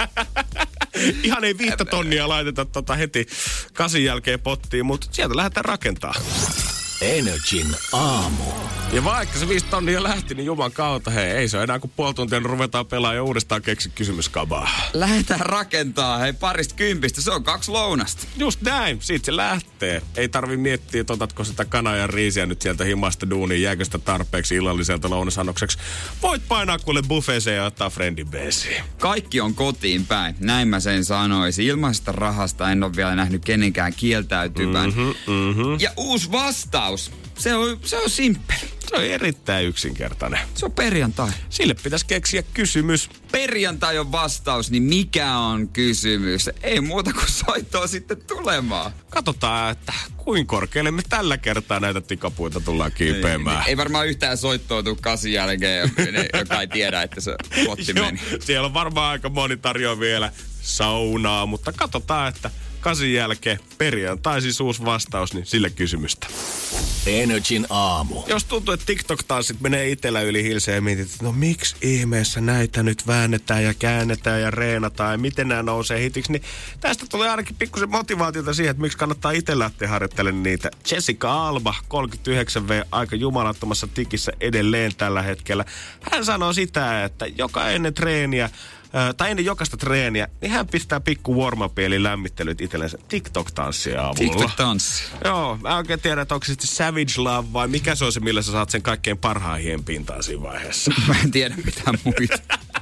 Ihan ei 5 tonnia laiteta heti 8 jälkeen pottiin, mutta sieltä lähdetään rakentamaan. Energin aamu. Ja vaikka se 5 tonnia lähti, niin juman kautta, hei, ei se ole enää kuin puoli tuntia, niin ruvetaan pelaamaan ja uudestaan keksi kysymyskabaa. Lähdetään rakentaa, hei, 20, se on 2 lounasta. Just näin, siitä se lähtee. Ei tarvi miettiä, että otatko sitä kanaa ja riisiä nyt sieltä himasta duuniin, jääkö sitä tarpeeksi illalliselta lounasannokseksi. Voit painaa kuule buffeeseen ja ottaa friendin beesiin. Kaikki on kotiin päin, näin mä sen sanoisin. Ilmaisesta rahasta en ole vielä nähnyt kenenkään kieltäytyvän. Ja uusi vastaus. Se on simppeli. Se on erittäin yksinkertainen. Se on perjantai. Sille pitäisi keksiä kysymys. Perjantai on vastaus, niin mikä on kysymys? Ei muuta kuin soittoa sitten tulemaan. Katsotaan, että kuinka korkealle me tällä kertaa näitä tikapuita tullaan kiipeämään. Ei varmaan yhtään soittoa tuu 8 jälkeen, joka ei tiedä, että se potti meni. Siellä on varmaan aika moni tarjoaa vielä saunaa, mutta katsotaan, että 8 jälkeen perjantai siis uusi vastaus, niin sille kysymystä. Energin aamu. Jos tuntuu, että TikTok-tanssit menee itsellä yli hilseen ja mietit, että no miksi ihmeessä näitä nyt väännetään ja käännetään ja reenataan ja miten nämä nousee hitiksi, niin tästä tulee ainakin pikkusen motivaatiota siihen, että miksi kannattaa itse lähteä harjoittelemaan niitä. Jessica Alba, 39V, aika jumalattomassa tikissä edelleen tällä hetkellä. Hän sanoo sitä, että joka ennen treeniä tai ennen jokaista treeniä, niin hän pistää pikku warm-up eli lämmittelyt itsellensä TikTok-tanssia avulla. TikTok-tanssi. Joo, mä oikein tiedä, että onko se sitten Savage Love vai mikä se on se, millä sä saat sen kaikkein parhaan hien pintaan siinä vaiheessa. Mä en tiedä mitään muita.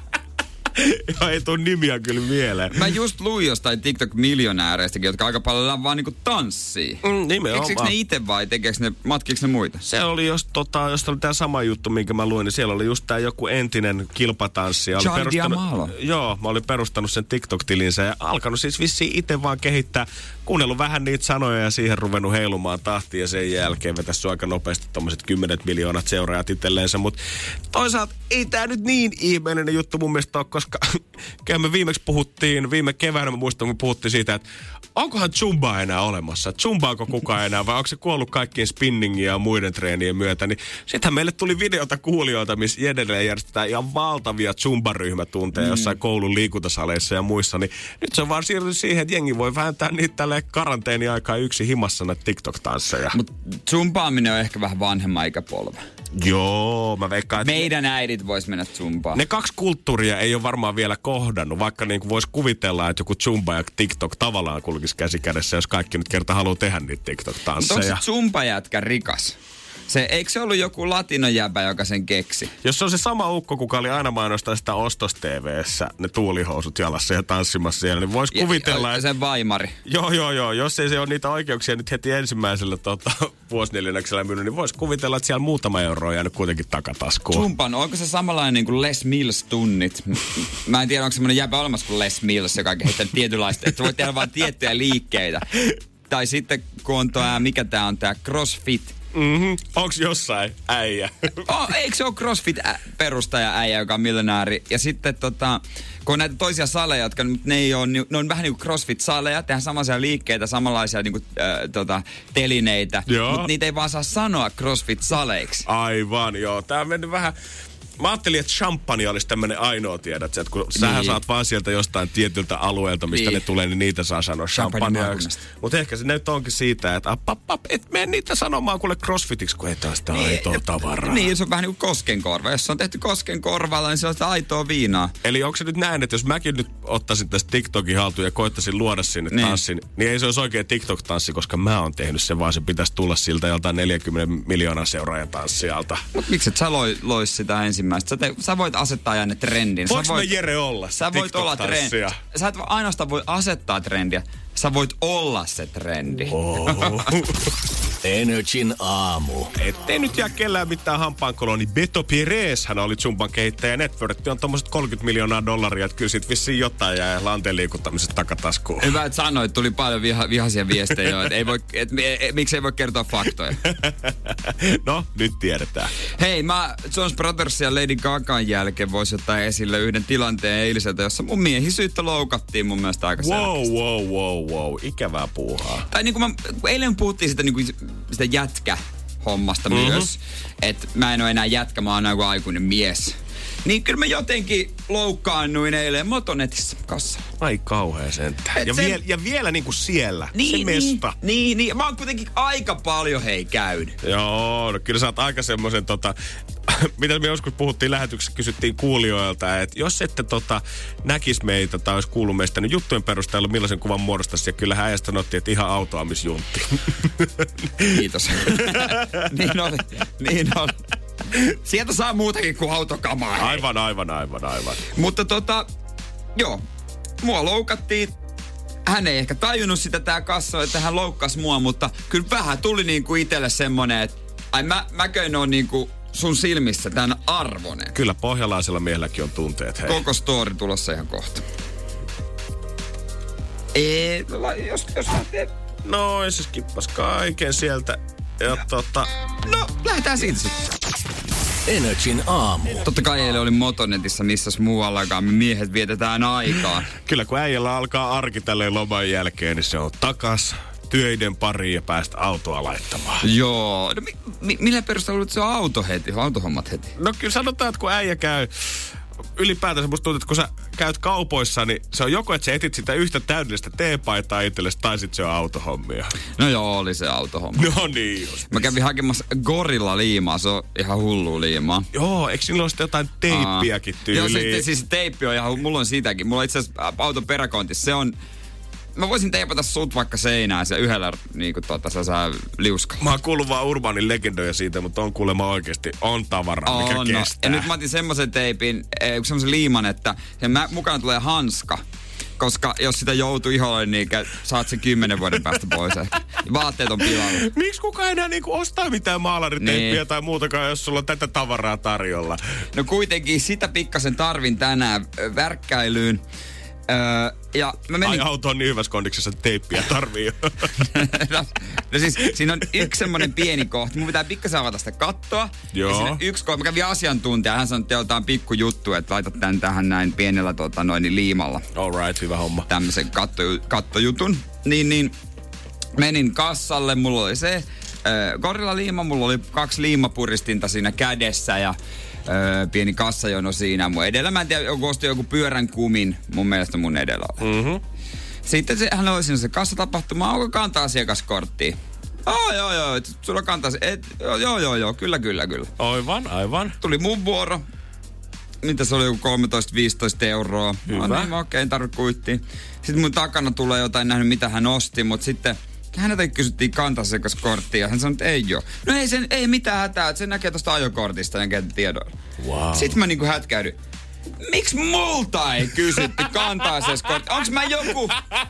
Joo, ei tuu nimiä kyllä mieleen. Mä just luin jostain TikTok-miljonääreistäkin, jotka aika paljon vaan niinku tanssii. Nimenomaan. Keksiikö ne itse vai matkiiko ne muita? Se oli jos oli tää sama juttu, minkä mä luin, niin siellä oli just tää joku entinen kilpatanssi. Joo, mä olin perustanut sen TikTok-tilinsä ja alkanut siis vissiin itse vaan kehittää. Kuunnellut vähän niitä sanoja ja siihen ruvennut heilumaan tahtia ja sen jälkeen vetässyt aika nopeasti tommoset 10 miljoonat seuraajat itselleensä. Mutta toisaalta ei tää nyt niin ihmeellinen juttu mun mielestä ole, koska me viime keväänä mä muistan, kun puhuttiin siitä, että onkohan Zumbaa enää olemassa? Zumbaako kukaan enää vai onko se kuollut kaikkien spinningin ja muiden treenien myötä? Niin sittenhän meille tuli videota kuulijoilta, missä edelleen järjestetään ihan valtavia Zumba-ryhmätunteja jossain koulun liikuntasaleissa ja muissa. Niin nyt se on vaan siirtynyt siihen, että jengi voi vääntää niitä tälleen karanteeni-aikaa yksin himassa näitä TikTok-tansseja. Mutta zumbaaminen on ehkä vähän vanhemman ikäpolven. Joo, mä veikkaan, että meidän äidit vois mennä zumbaan. Ne 2 kulttuuria ei ole varmaan vielä kohdannut, vaikka niin kuin vois kuvitella, että joku zumba ja TikTok tavallaan kulkisi käsi kädessä, jos kaikki nyt kerta haluaa tehdä niitä TikTok-tansseja. Mutta onko se zumba-jätkä rikas? Eikö se ollut joku latinojäbä, joka sen keksi? Jos se on se sama ukko, kuka oli aina mainostaa sitä Ostos-TV:ssä, ne tuulihousut jalassa ja tanssimassa siellä, niin vois kuvitella, että sen vaimari. Joo. Jos ei se ole niitä oikeuksia nyt heti ensimmäisellä vuosineljänneksellä myynyt, niin vois kuvitella, että siellä muutama euro on jäänyt kuitenkin takataskuun. Zumban, onko se samanlainen niin kuin Les Mills-tunnit? Mä en tiedä, onko semmoinen jäbä olemassa kuin Les Mills, joka kehittää tietynlaista, että voi tehdä vain tiettyjä liikkeitä. Tai sitten kun on mikä tää on tää CrossFit. Onks jossain äijä? Eikö se ole CrossFit-perustaja äijä, joka on miljonääri? Ja sitten kun on näitä toisia saleja, jotka ne on vähän niin kuin CrossFit-saleja, tehdään samanlaisia liikkeitä, samanlaisia niin kuin, telineitä, mutta niitä ei vaan saa sanoa CrossFit-saleiksi. Aivan, joo. Tää on mennyt vähän... Mä ajattelin, että champagne olisi tämmönen ainoa, tiedät että kun sähän saat vaan sieltä jostain tietyltä alueelta, mistä ne tulee, niin niitä saa sanoa champagneaksi. Mutta ehkä se nyt onkin siitä, että et mene niitä sanomaan kuule CrossFitiksi, kun ei taas sitä aitoa tavaraa. Niin, se on vähän niin kuin koskenkorva. Jos se on tehty koskenkorvalla, niin se on sitä aitoa viinaa. Eli onko se nyt näin, että jos mäkin nyt ottaisin tästä TikTokin haltuun ja koittaisin luoda sinne tanssin, niin ei se olisi oikein TikTok-tanssi, koska mä oon tehnyt sen, vaan se pitäisi tulla siltä joltain 40 miljoonan seuraajan tanssijalta. Mutta miksi et sä lois sitä ensimmäistä? Sä voit asettaa aina trendin. Voinko me Jere olla sä voit olla trendi. Sä et ainoastaan voi asettaa trendiä. Sä voit olla se trendi. Energin aamu. Ettei nyt jää kellään mitään hampaankoloa, niin Beto Pires, hän oli Zumban kehittäjä. Networth on tommoset $30 miljoonaa, että kyllä sit vissiin jotain jää lanteen liikuttamisesta takataskuun. Hyvä, että sanoit. Tuli paljon vihaisia viestejä jo, miksi ei voi kertoa faktoja. No, nyt tiedetään. Hei, mä Jonas Brothers ja Lady Gagan jälkeen voisi ottaa esille yhden tilanteen eiliseltä, jossa mun miehisyyttä loukattiin mun mielestä aika selkeästi. Wow. Ikävää puuhaa. Tai niin kuin eilen puhuttiin sitä jätkä-hommasta myös. Että mä en ole enää jätkä, mä oon joku aikuinen mies. Niin kyllä mä jotenkin loukkaannuin eilen Motonetissa kassalla. Ai kauhea sentään. Ja vielä niinku siellä, se mesta. Niin. Mä oon kuitenkin aika paljon käynyt. Joo, no kyllä sä oot aika semmosen mitä me joskus puhuttiin lähetyksessä, kysyttiin kuulijoilta, että jos ette näkis meitä tai olisi kuullut meistä, niin juttujen perusteella millaisen kuvan muodostaisi. Ja kyllähän äijä sanottiin, että ihan autoamisjuntti. Kiitos. Niin oli. Sieltä saa muutakin kuin autokamaa. Aivan. Mutta joo, mua loukattiin. Hän ei ehkä tajunnut sitä tää kassa, että hän loukkasi mua, mutta kyllä vähän tuli niinku itselle semmonen, että ai mäkö en oo niinku sun silmissä tän arvonen. Kyllä pohjalaisella miehelläkin on tunteet, hei. Koko story tulossa ihan kohta. Jos lähtee... No, se skippas kaiken sieltä. Ja No, lähdetään siitä sitten. Energin aamu. Totta kai eilen oli Motonetissa, missäs muuallakaan me miehet vietetään aikaa. Kyllä kun äijällä alkaa arki tälleen loman jälkeen, niin se on takas töiden pariin ja päästä autoa laittamaan. Joo. No, millä perusteella se on autohommat heti? No kyllä sanotaan, että kun äijä käy... Ylipäätänsä musta tuntuu, että kun sä käyt kaupoissa, niin se on joko, että sä etit sitä yhtä täydellistä teepaitaa itsellesi, tai sit se on autohommia. No joo, oli se autohomma. No niin just. Mä kävin hakemassa Gorilla-liimaa, se on ihan hullu liimaa. Joo, eikö sillä ole sitten jotain teippiäkin tyyliin? Joo, siis teippi on ihan, mulla on sitäkin. Mulla on itse asiassa auton peräkontissa, se on... Mä voisin teipata sut vaikka seinään se yhdellä niinku liuskalla. Mä oon kuullut vaan Urbanin legendoja siitä, mutta on kuulemma oikeesti on tavaraa, mikä kestää. Ja nyt mä otin semmosen teipin, semmosen liiman, että sen mukana tulee hanska. Koska jos sitä joutuu iholle, niin saat sen 10 vuoden päästä pois ehkä. Vaatteet on pilalla. Miksi kukaan enää niinku ostaa mitään maalariteippiä tai muutakaan, jos sulla on tätä tavaraa tarjolla? No kuitenkin sitä pikkasen tarvin tänään värkkäilyyn. Ja mä menin... Ai auto on niin hyvässä kondiksessa, että teippiä tarvii. no siis siinä on yksi semmonen pieni kohta. Mun pitää pikkasen avata sitä kattoa. Joo. Ja siinä yksi kohta. Mä kävin asiantuntija. Hän sanoi, että jotain pikkujuttu, että laitat tän tähän näin pienellä liimalla. Alright, hyvä homma. Tämmösen kattojutun. Niin menin kassalle. Mulla oli se Gorilla-liima. Mulla oli 2 liimapuristinta siinä kädessä ja... pieni kassajono siinä mun edellä. Mä en tiedä, joku pyörän kumin mun mielestä mun edellä oli. Sitten hän oli siinä se kassatapahtuma, onko kantaa asiakaskorttia? Joo, sulla kantaa joo, kyllä. Aivan. Tuli mun vuoro. Mitä se oli, joku 13-15 euroa. Hyvä. No niin, okei, tarvitse kuittia. Sitten mun takana tulee jotain, nähnyt mitä hän osti, mutta sitten... Häneltä kysyttiin kantasasiakaskorttia ja hän sanoi, että ei oo. No ei mitään hätää, että se näkee tosta ajokortista ja tiedoilla. Wow. Sitten mä niinku hätkäydyin. Miksi multa ei kysytty kantaiseskortti? Onks mä joku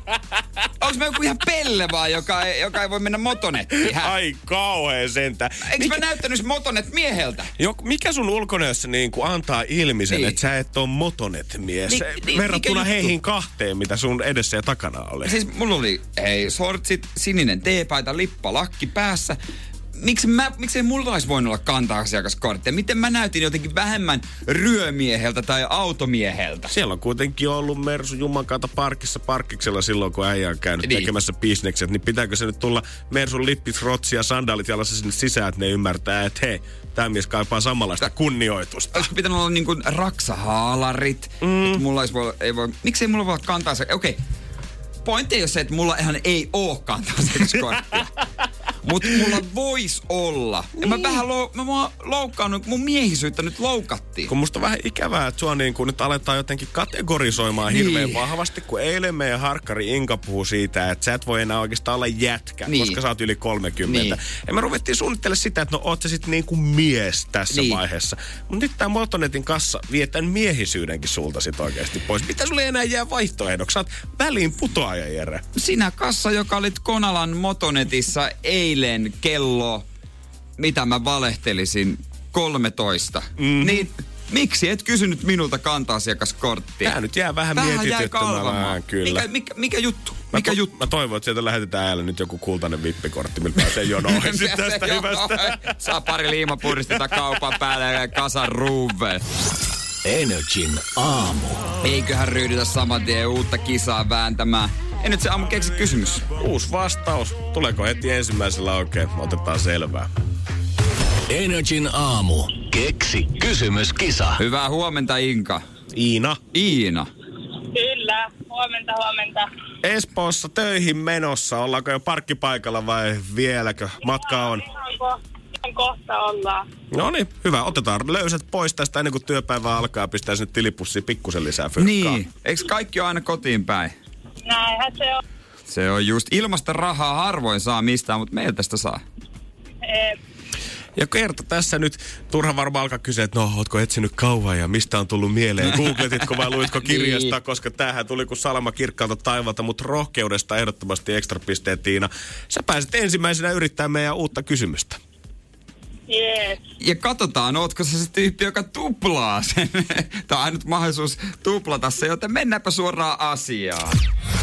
ihan pelle vaan, joka ei voi mennä motonettiin? Ai kauhea sentä. Eikö mä näyttänyt motonet mieheltä? Mikä sun ulkonäössä niinku antaa ilmi sen, että sä et oo motonet-mies? Verrattuna heihin kahteen, mitä sun edessä ja takana oli. Siis mulla oli sortsit, sininen teepaita, lippa, lakki päässä. Miksei mulla olisi voinut olla kanta-asiakaskorttia? Miten mä näytin jotenkin vähemmän ryömieheltä tai automieheltä? Siellä on kuitenkin ollut Mersu Jumankauta parkkiksella silloin, kun äijä on käynyt tekemässä bisnekset. Niin pitääkö se nyt tulla Mersun lippis, rotsi ja sandaalit jalassa sinne sisään, että ne ymmärtää, että hei, tämä mies kaipaa samanlaista kunnioitusta. Olisiko pitänyt olla niin kuin raksahaalarit? Mulla ei voi... Miksei mulla voi olla kanta-asiakaskorttia? Okei. Pointti ei ole se, että mulla ihan ei oo kanta-asiakaskorttia. Mutta mulla vois olla. Ja mä vähän loukkaannut, mun miehisyyttä nyt loukattiin. Kun musta on vähän ikävää, että sua niin kun nyt aletaan jotenkin kategorisoimaan hirveän vahvasti, kun eilen meidän harkkari Inka puhui siitä, että sä et voi enää oikeastaan olla jätkä, koska sä oot yli 30. Ja me ruvettiin suunnittelemaan sitä, että no oot sä sit niin kuin mies tässä vaiheessa. Mutta nyt tää Motonetin kassa vie tän miehisyydenkin sulta sit oikeasti pois. Mitä sulle enää jää vaihtoehdoksi? Sä oot väliin putoaja, Jere. Sinä kassa, joka olit Konalan Motonetissa eilen kello, mitä mä valehtelisin, 13. Niin miksi et kysynyt minulta kanta-asiakaskorttia? Tää nyt jää vähän mietityttämään, kyllä. Mikä juttu? Mikä juttu? Mä toivon, että sieltä lähetetään äällä nyt joku kultainen vippikortti, millä pääsee jonoon tästä hyvästä. Saa pari liimapuristetta kaupan päälle ja kasan ruuve. Energin aamu. Eiköhän ryhdytä saman tien uutta kisaa vääntämään. Ja nyt se aamu keksi kysymys. Uusi vastaus. Tuleeko heti ensimmäisellä oikein? Otetaan selvää. Energin aamu. Keksi kysymyskisa. Hyvää huomenta, Inka. Iina. Kyllä, huomenta. Espoossa töihin menossa. Ollaanko jo parkkipaikalla vai vieläkö? Matka on. Ihan kohta ollaan. No niin, hyvä. Otetaan löysät pois tästä ennen kuin työpäivä alkaa. Pistää sinne tilipussiin pikkusen lisää fyrkkaa. Niin, eikö kaikki ole aina kotiin päin? Näinhän se on. Se on just ilmasta rahaa harvoin saa mistään, mutta meiltä sitä saa. Ja kerta tässä nyt, turha varmaan alkaa kysyä, että no, ootko etsinyt kauan ja mistä on tullut mieleen? Googletitko vai luitko kirjasta, niin. Koska tämähän tuli kuin salama kirkkaalta taivalta, mutta rohkeudesta ehdottomasti ekstra pisteet, Tiina. Sä pääset ensimmäisenä yrittämään meidän uutta kysymystä. Yes. Ja katsotaan, ootko se tyyppi, joka tuplaa sen. Tää on ainut mahdollisuus tuplata se, joten mennäänpä suoraan asiaan.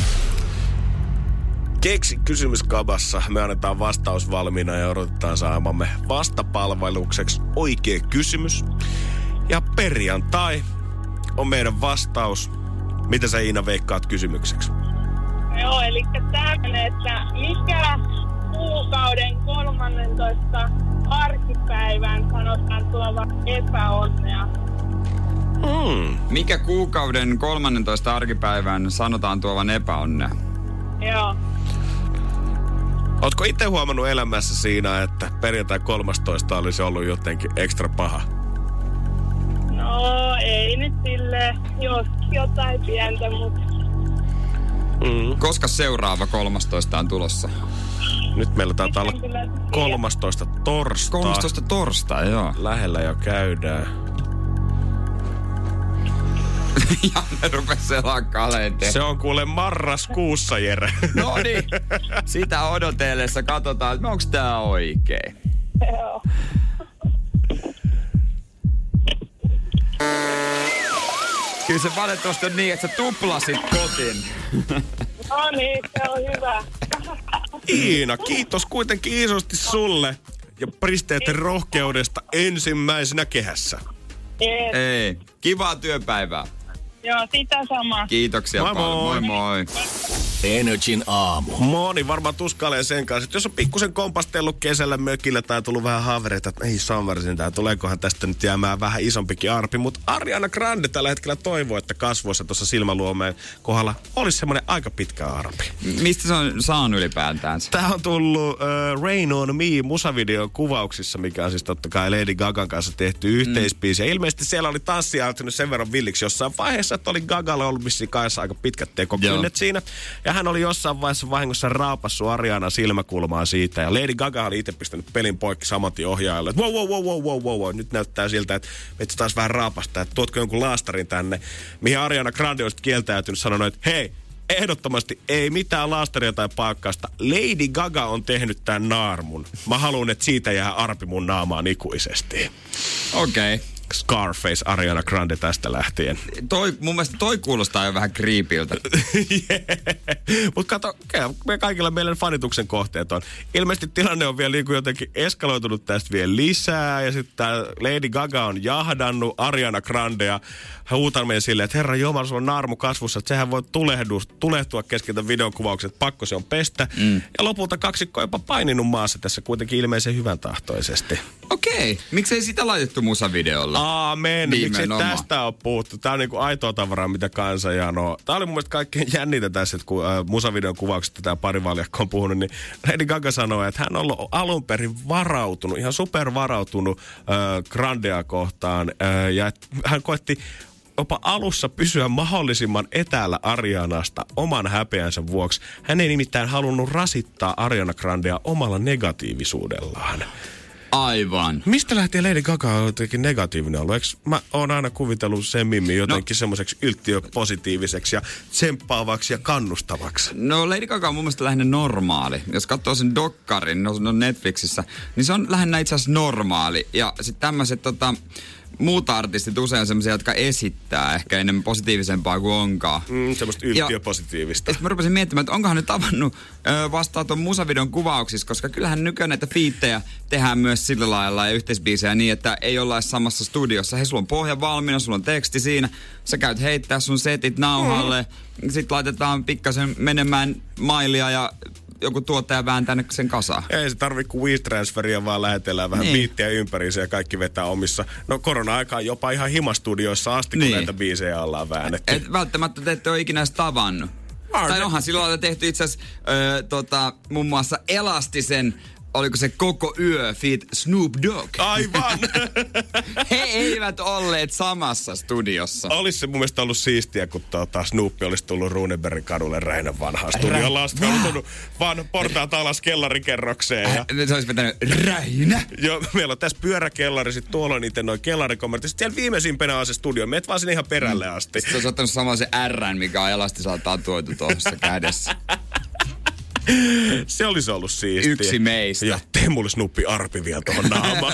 Keksi kysymyskabassa. Me annetaan vastaus valmiina ja odotetaan saamamme vastapalvelukseksi oikea kysymys. Ja perjantai on meidän vastaus. Mitä sä, Iina, veikkaat kysymykseksi? Joo, eli tämmönen, että mikä kuukauden 13. arkipäivän sanotaan tuovan epäonnea? Mikä kuukauden 13. arkipäivän sanotaan tuovan epäonnea? Joo. Ootko itse huomannut elämässä siinä, että perjantai 13. olisi ollut jotenkin ekstra paha? No ei nyt silleen, jos jotain pientä, mutta... Koska seuraava 13. on tulossa? Nyt meillä taitaa olla 13. torstai. 13. torstai, joo. Lähellä jo käydään. Janne rupesi selaa kalenteen. Se on kuule marraskuussa, Jere. No niin, sitä odotellessa katsotaan, että onko tää oikein. Joo. Kyllä se valitettavasti on niin, että sä tuplasit kotin. No niin, se on hyvä. Iina, kiitos kuitenkin isosti sulle ja pisteiden rohkeudesta ensimmäisenä kehässä. Yes. Ei, kivaa työpäivää. Joo, sitä samaa. Kiitoksia Moi paljon. moi. Moi. Energin aamu. Moni varmaan tuskailee sen kanssa, että jos on pikkusen kompastellut kesällä mökillä tai tullut vähän haavereita, että ei samvarsin tää, tuleekohan tästä nyt jäämään vähän isompikin arpi. Mutta Ariana Grande tällä hetkellä toivoo, että kasvoissa tuossa silmäluomeen kohdalla olisi semmoinen aika pitkä arpi. Mistä se on saanut ylipäätään? Tää on tullut Rain on Me musavideon kuvauksissa, mikä on siis totta kai Lady Gagan kanssa tehty yhteispiisi. Ja ilmeisesti siellä oli tanssia altunut sen verran villiksi jossain vaiheessa, että oli Gagalle ollut vissiin kanssa aika pitkät tekokynnet siinä. Ja hän oli jossain vaiheessa vahingossa raapassu Ariana silmäkulmaa siitä. Ja Lady Gaga oli itse pistänyt pelin poikki samantin ohjaajalle. Että wow. Nyt näyttää siltä, että meitä taas vähän raapasta. Että tuotko jonkun laastarin tänne. Mihin Ariana Grande olisi kieltäytynyt sanonut, että hei, ehdottomasti ei mitään laastaria tai paakkausta. Lady Gaga on tehnyt tämän naarmun. Mä haluan, että siitä jää arpi mun naamaan ikuisesti. Okei. Okay. Scarface Ariana Grande tästä lähtien. Mun mielestä toi kuulostaa jo vähän creepiltä. Mutta kato, me kaikilla meidän fanituksen kohteet on. Ilmeisesti tilanne on vielä jotenkin eskaloitunut tästä vielä lisää. Ja sitten Lady Gaga on jahdannut Ariana Grandea. Hän huutaa meidän silleen, että herra jumala, sulla on naarmu kasvussa. Että sehän voi tulehtua keskeltä videokuvaukset. Pakko se on pestä. Ja lopulta kaksikko on jopa paininut maassa tässä kuitenkin ilmeisen hyvän tahtoisesti. Okei. Miksei sitä laitettu musavideolla? Aamen. Miksei tästä ole puhuttu? Tää on niinku aitoa tavaraa, mitä kansa janoo. Tää oli mun mielestä kaikkein jännintä tässä, että kun musavideon kuvauksesta tämä parivaljakko on puhunut, niin Lady Gaga sanoi, että hän on ollut alun perin varautunut, ihan supervarautunut Grandea kohtaan. Ja hän koetti jopa alussa pysyä mahdollisimman etäällä Arianasta oman häpeänsä vuoksi. Hän ei nimittäin halunnut rasittaa Ariana Grandea omalla negatiivisuudellaan. Aivan. Mistä lähtien Lady Gaga on jotenkin negatiivinen ollut? Eikö mä oon aina kuvitellut sen Mimmin jotenkin semmoiseksi yltiöpositiiviseksi ja tsemppaavaksi ja kannustavaksi? No Lady Gaga on mun mielestä lähinnä normaali. Jos katsoo sen dokkarin, no Netflixissä, niin se on lähinnä itse asiassa normaali. Ja sitten tämmöiset muut artistit usein on semmoisia, jotka esittää ehkä enemmän positiivisempaa kuin onkaan. Semmoista yltiöpositiivista. Ja mä rupesin miettimään, että onkohan ne tavannut vastaan tuon musavideon kuvauksissa, koska kyllähän nykyään näitä fiittejä tehdään myös sillä lailla ja yhteisbiisejä niin, että ei olla samassa studiossa. Hei, sulla on pohja valmiina, sulla on teksti siinä, sä käyt heittää sun setit nauhalle, sit laitetaan pikkasen menemään mailia ja joku tuottaja vääntää sen kasaan. Ei se tarvitse kuin WeTransferia, vaan lähetellään vähän biittiä ympäriinsä ja kaikki vetää omissa. No korona-aikaan jopa ihan himastudioissa asti, kun näitä biisejä ollaan väännetty. Et välttämättä te ette ole ikinä edes tavannut. Tai onhan sillä lailla tehty itse asiassa muun muassa Elastisen, oliko se Koko yö feat. Snoop Dogg. Aivan! He eivät olleet samassa studiossa. Olisi se mun mielestä ollut siistiä, kun Snoop olisi tullut Runebergin kadulle Räinän vanhaan studioon. Tullut vaan portaat alas kellarikerrokseen. Se olisi vetänyt Räinä. Joo, meillä on tässä pyöräkellari, sit tuolla on niitä noin kellarikommentit. Sitten siellä viimeisimpänä on se studio. Meet vaan sinne ihan perälle asti. Sitten olisi ottanut saman se R:n, mikä on Elastisella tatuoitu tuossa kädessä. Se olisi ollut siistiä. Yksi meistä. Ja tee mulle Snuppi arpi vielä tuohon naamaan.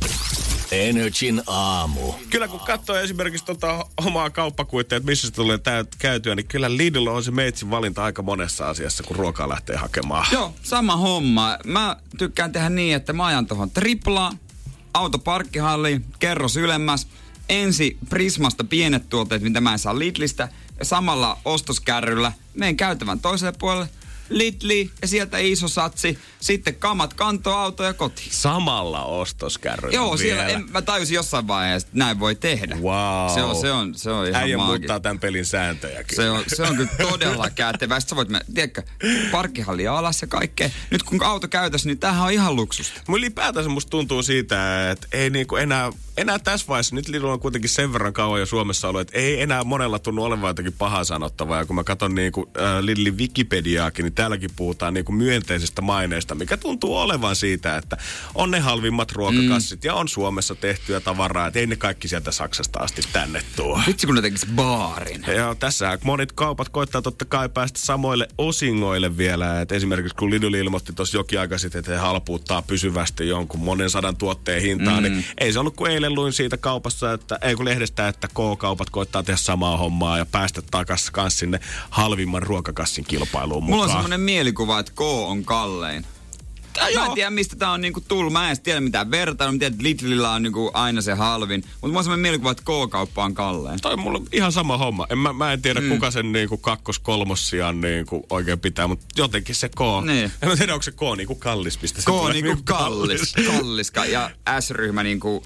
Energin aamu. Kyllä kun katsoo esimerkiksi omaa kauppakuitteja, että missä se tulee käytyä, niin kyllä Lidl on se meitsin valinta aika monessa asiassa, kun ruokaa lähtee hakemaan. Joo, sama homma. Mä tykkään tehdä niin, että mä ajan tuohon triplaa, autoparkkihalliin, kerros ylemmäs, ensi Prismasta pienet tuotteet, mitä mä en saa Lidlistä, ja samalla ostoskärryllä menen käytävän toiselle puolelle, Lidli ja sieltä iso satsi, sitten kamat kantoauto ja kotiin. Samalla ostoskärryllä. Joo, siellä mä tajusin jossain vaiheessa, että näin voi tehdä. Wow. Se on ihan äijä maagi. muuttaa tämän pelin sääntöjä kyllä. Se on kyllä todella kätevä. Sitten sä voit tiedätkö, parkkihallia alas ja kaikkea. Nyt kun auto käytössä, niin tämähän on ihan luksusta. Mun ylipäätänsä musta tuntuu siitä, että ei niinku enää tässä vaiheessa, nyt Lidl on kuitenkin sen verran kauan jo Suomessa ollut, että ei enää monella tunnu olevan jotakin pahaa sanottavaa. Ja kun mä katson niinku Lidlin Wikipediaakin, niin täälläkin puhutaan niinku myönteisestä maineesta, mikä tuntuu olevan siitä, että on ne halvimmat ruokakassit ja on Suomessa tehtyä tavaraa, että ei ne kaikki sieltä Saksasta asti tänne tuo. Vitsi kun ne tekis baarin. Ja tässä monet kaupat koittaa totta kai päästä samoille osingoille vielä. Et esimerkiksi kun Lidl ilmoitti tuossa jokin aika sitten, että he halpuuttaa pysyvästi jonkun monen 100 tuotteen hintaa, niin ei se ollut kuin eilen luin siitä kaupassa, kun lehdestä, että K-kaupat koittaa tehdä samaa hommaa ja päästä takaisin kans sinne halvimman ruokakassin kilpailuun mukaan. Mulla on semmoinen mielikuva, että K on kallein. Mä en tiedä, mistä tää on niinku tullut. Mä en edes tiedä mitään vertailua. Mä tiedän, että Lidlillä on niinku aina se halvin. Mutta mulla on semmoinen mielikuva, että K-kauppa on kallein. Toi on mulla ihan sama homma. Mä en tiedä, kuka sen niinku kakkos-kolmossiaan niinku oikein pitää, mutta jotenkin se K. Niin. En mä tiedä, onko se K niinku kallis. Mistä se K niinku kallis. Kalliska. Ja S-ryhmä niinku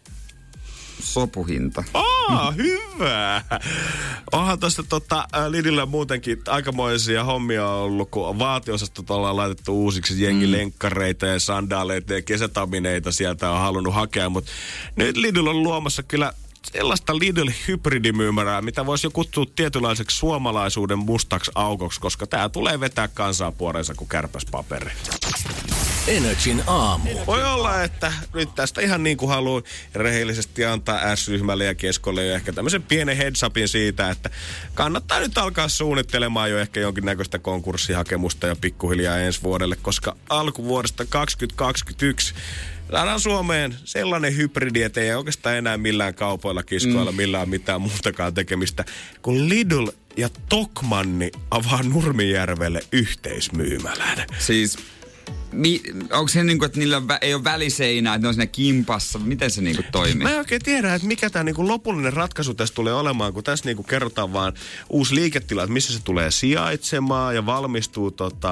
sopuhinta. Hyvä. Onhan tuossa Lidillä muutenkin aikamoisia hommia ollut, kun vaatiosastot ollaan laitettu uusiksi, jengi lenkkareita ja sandaaleita ja kesätamineita sieltä on halunnut hakea, mutta nyt Lidl on luomassa kyllä sellaista Lidl-hybridimyymärää, mitä voisi jo kutsua tietynlaiseksi suomalaisuuden mustaksi aukoksi, koska tää tulee vetää kansaa puoreensa kuin kärpäspaperi. Energin aamu. Voi olla, että nyt tästä ihan niin kuin haluan rehellisesti antaa S-ryhmälle ja Keskolle jo ehkä tämmöisen pienen heads upin siitä, että kannattaa nyt alkaa suunnittelemaan jo ehkä jonkinnäköistä konkurssihakemusta jo pikkuhiljaa ensi vuodelle, koska alkuvuodesta 2021 saadaan Suomeen sellainen hybridi, että ei oikeastaan enää millään kaupoilla, kiskoilla, millään mitään muutakaan tekemistä, kun Lidl ja Tokmanni avaa Nurmijärvelle yhteismyymälän. Siis onko se niin kuin, että niillä ei ole väliseinää, että ne on siinä kimpassa? Miten se niin kuin toimii? Mä en oikein tiedä, että mikä tämä niin kuin lopullinen ratkaisu tässä tulee olemaan, kun tässä niin kuin kerrotaan vaan uusi liiketila, että missä se tulee sijaitsemaan ja valmistuu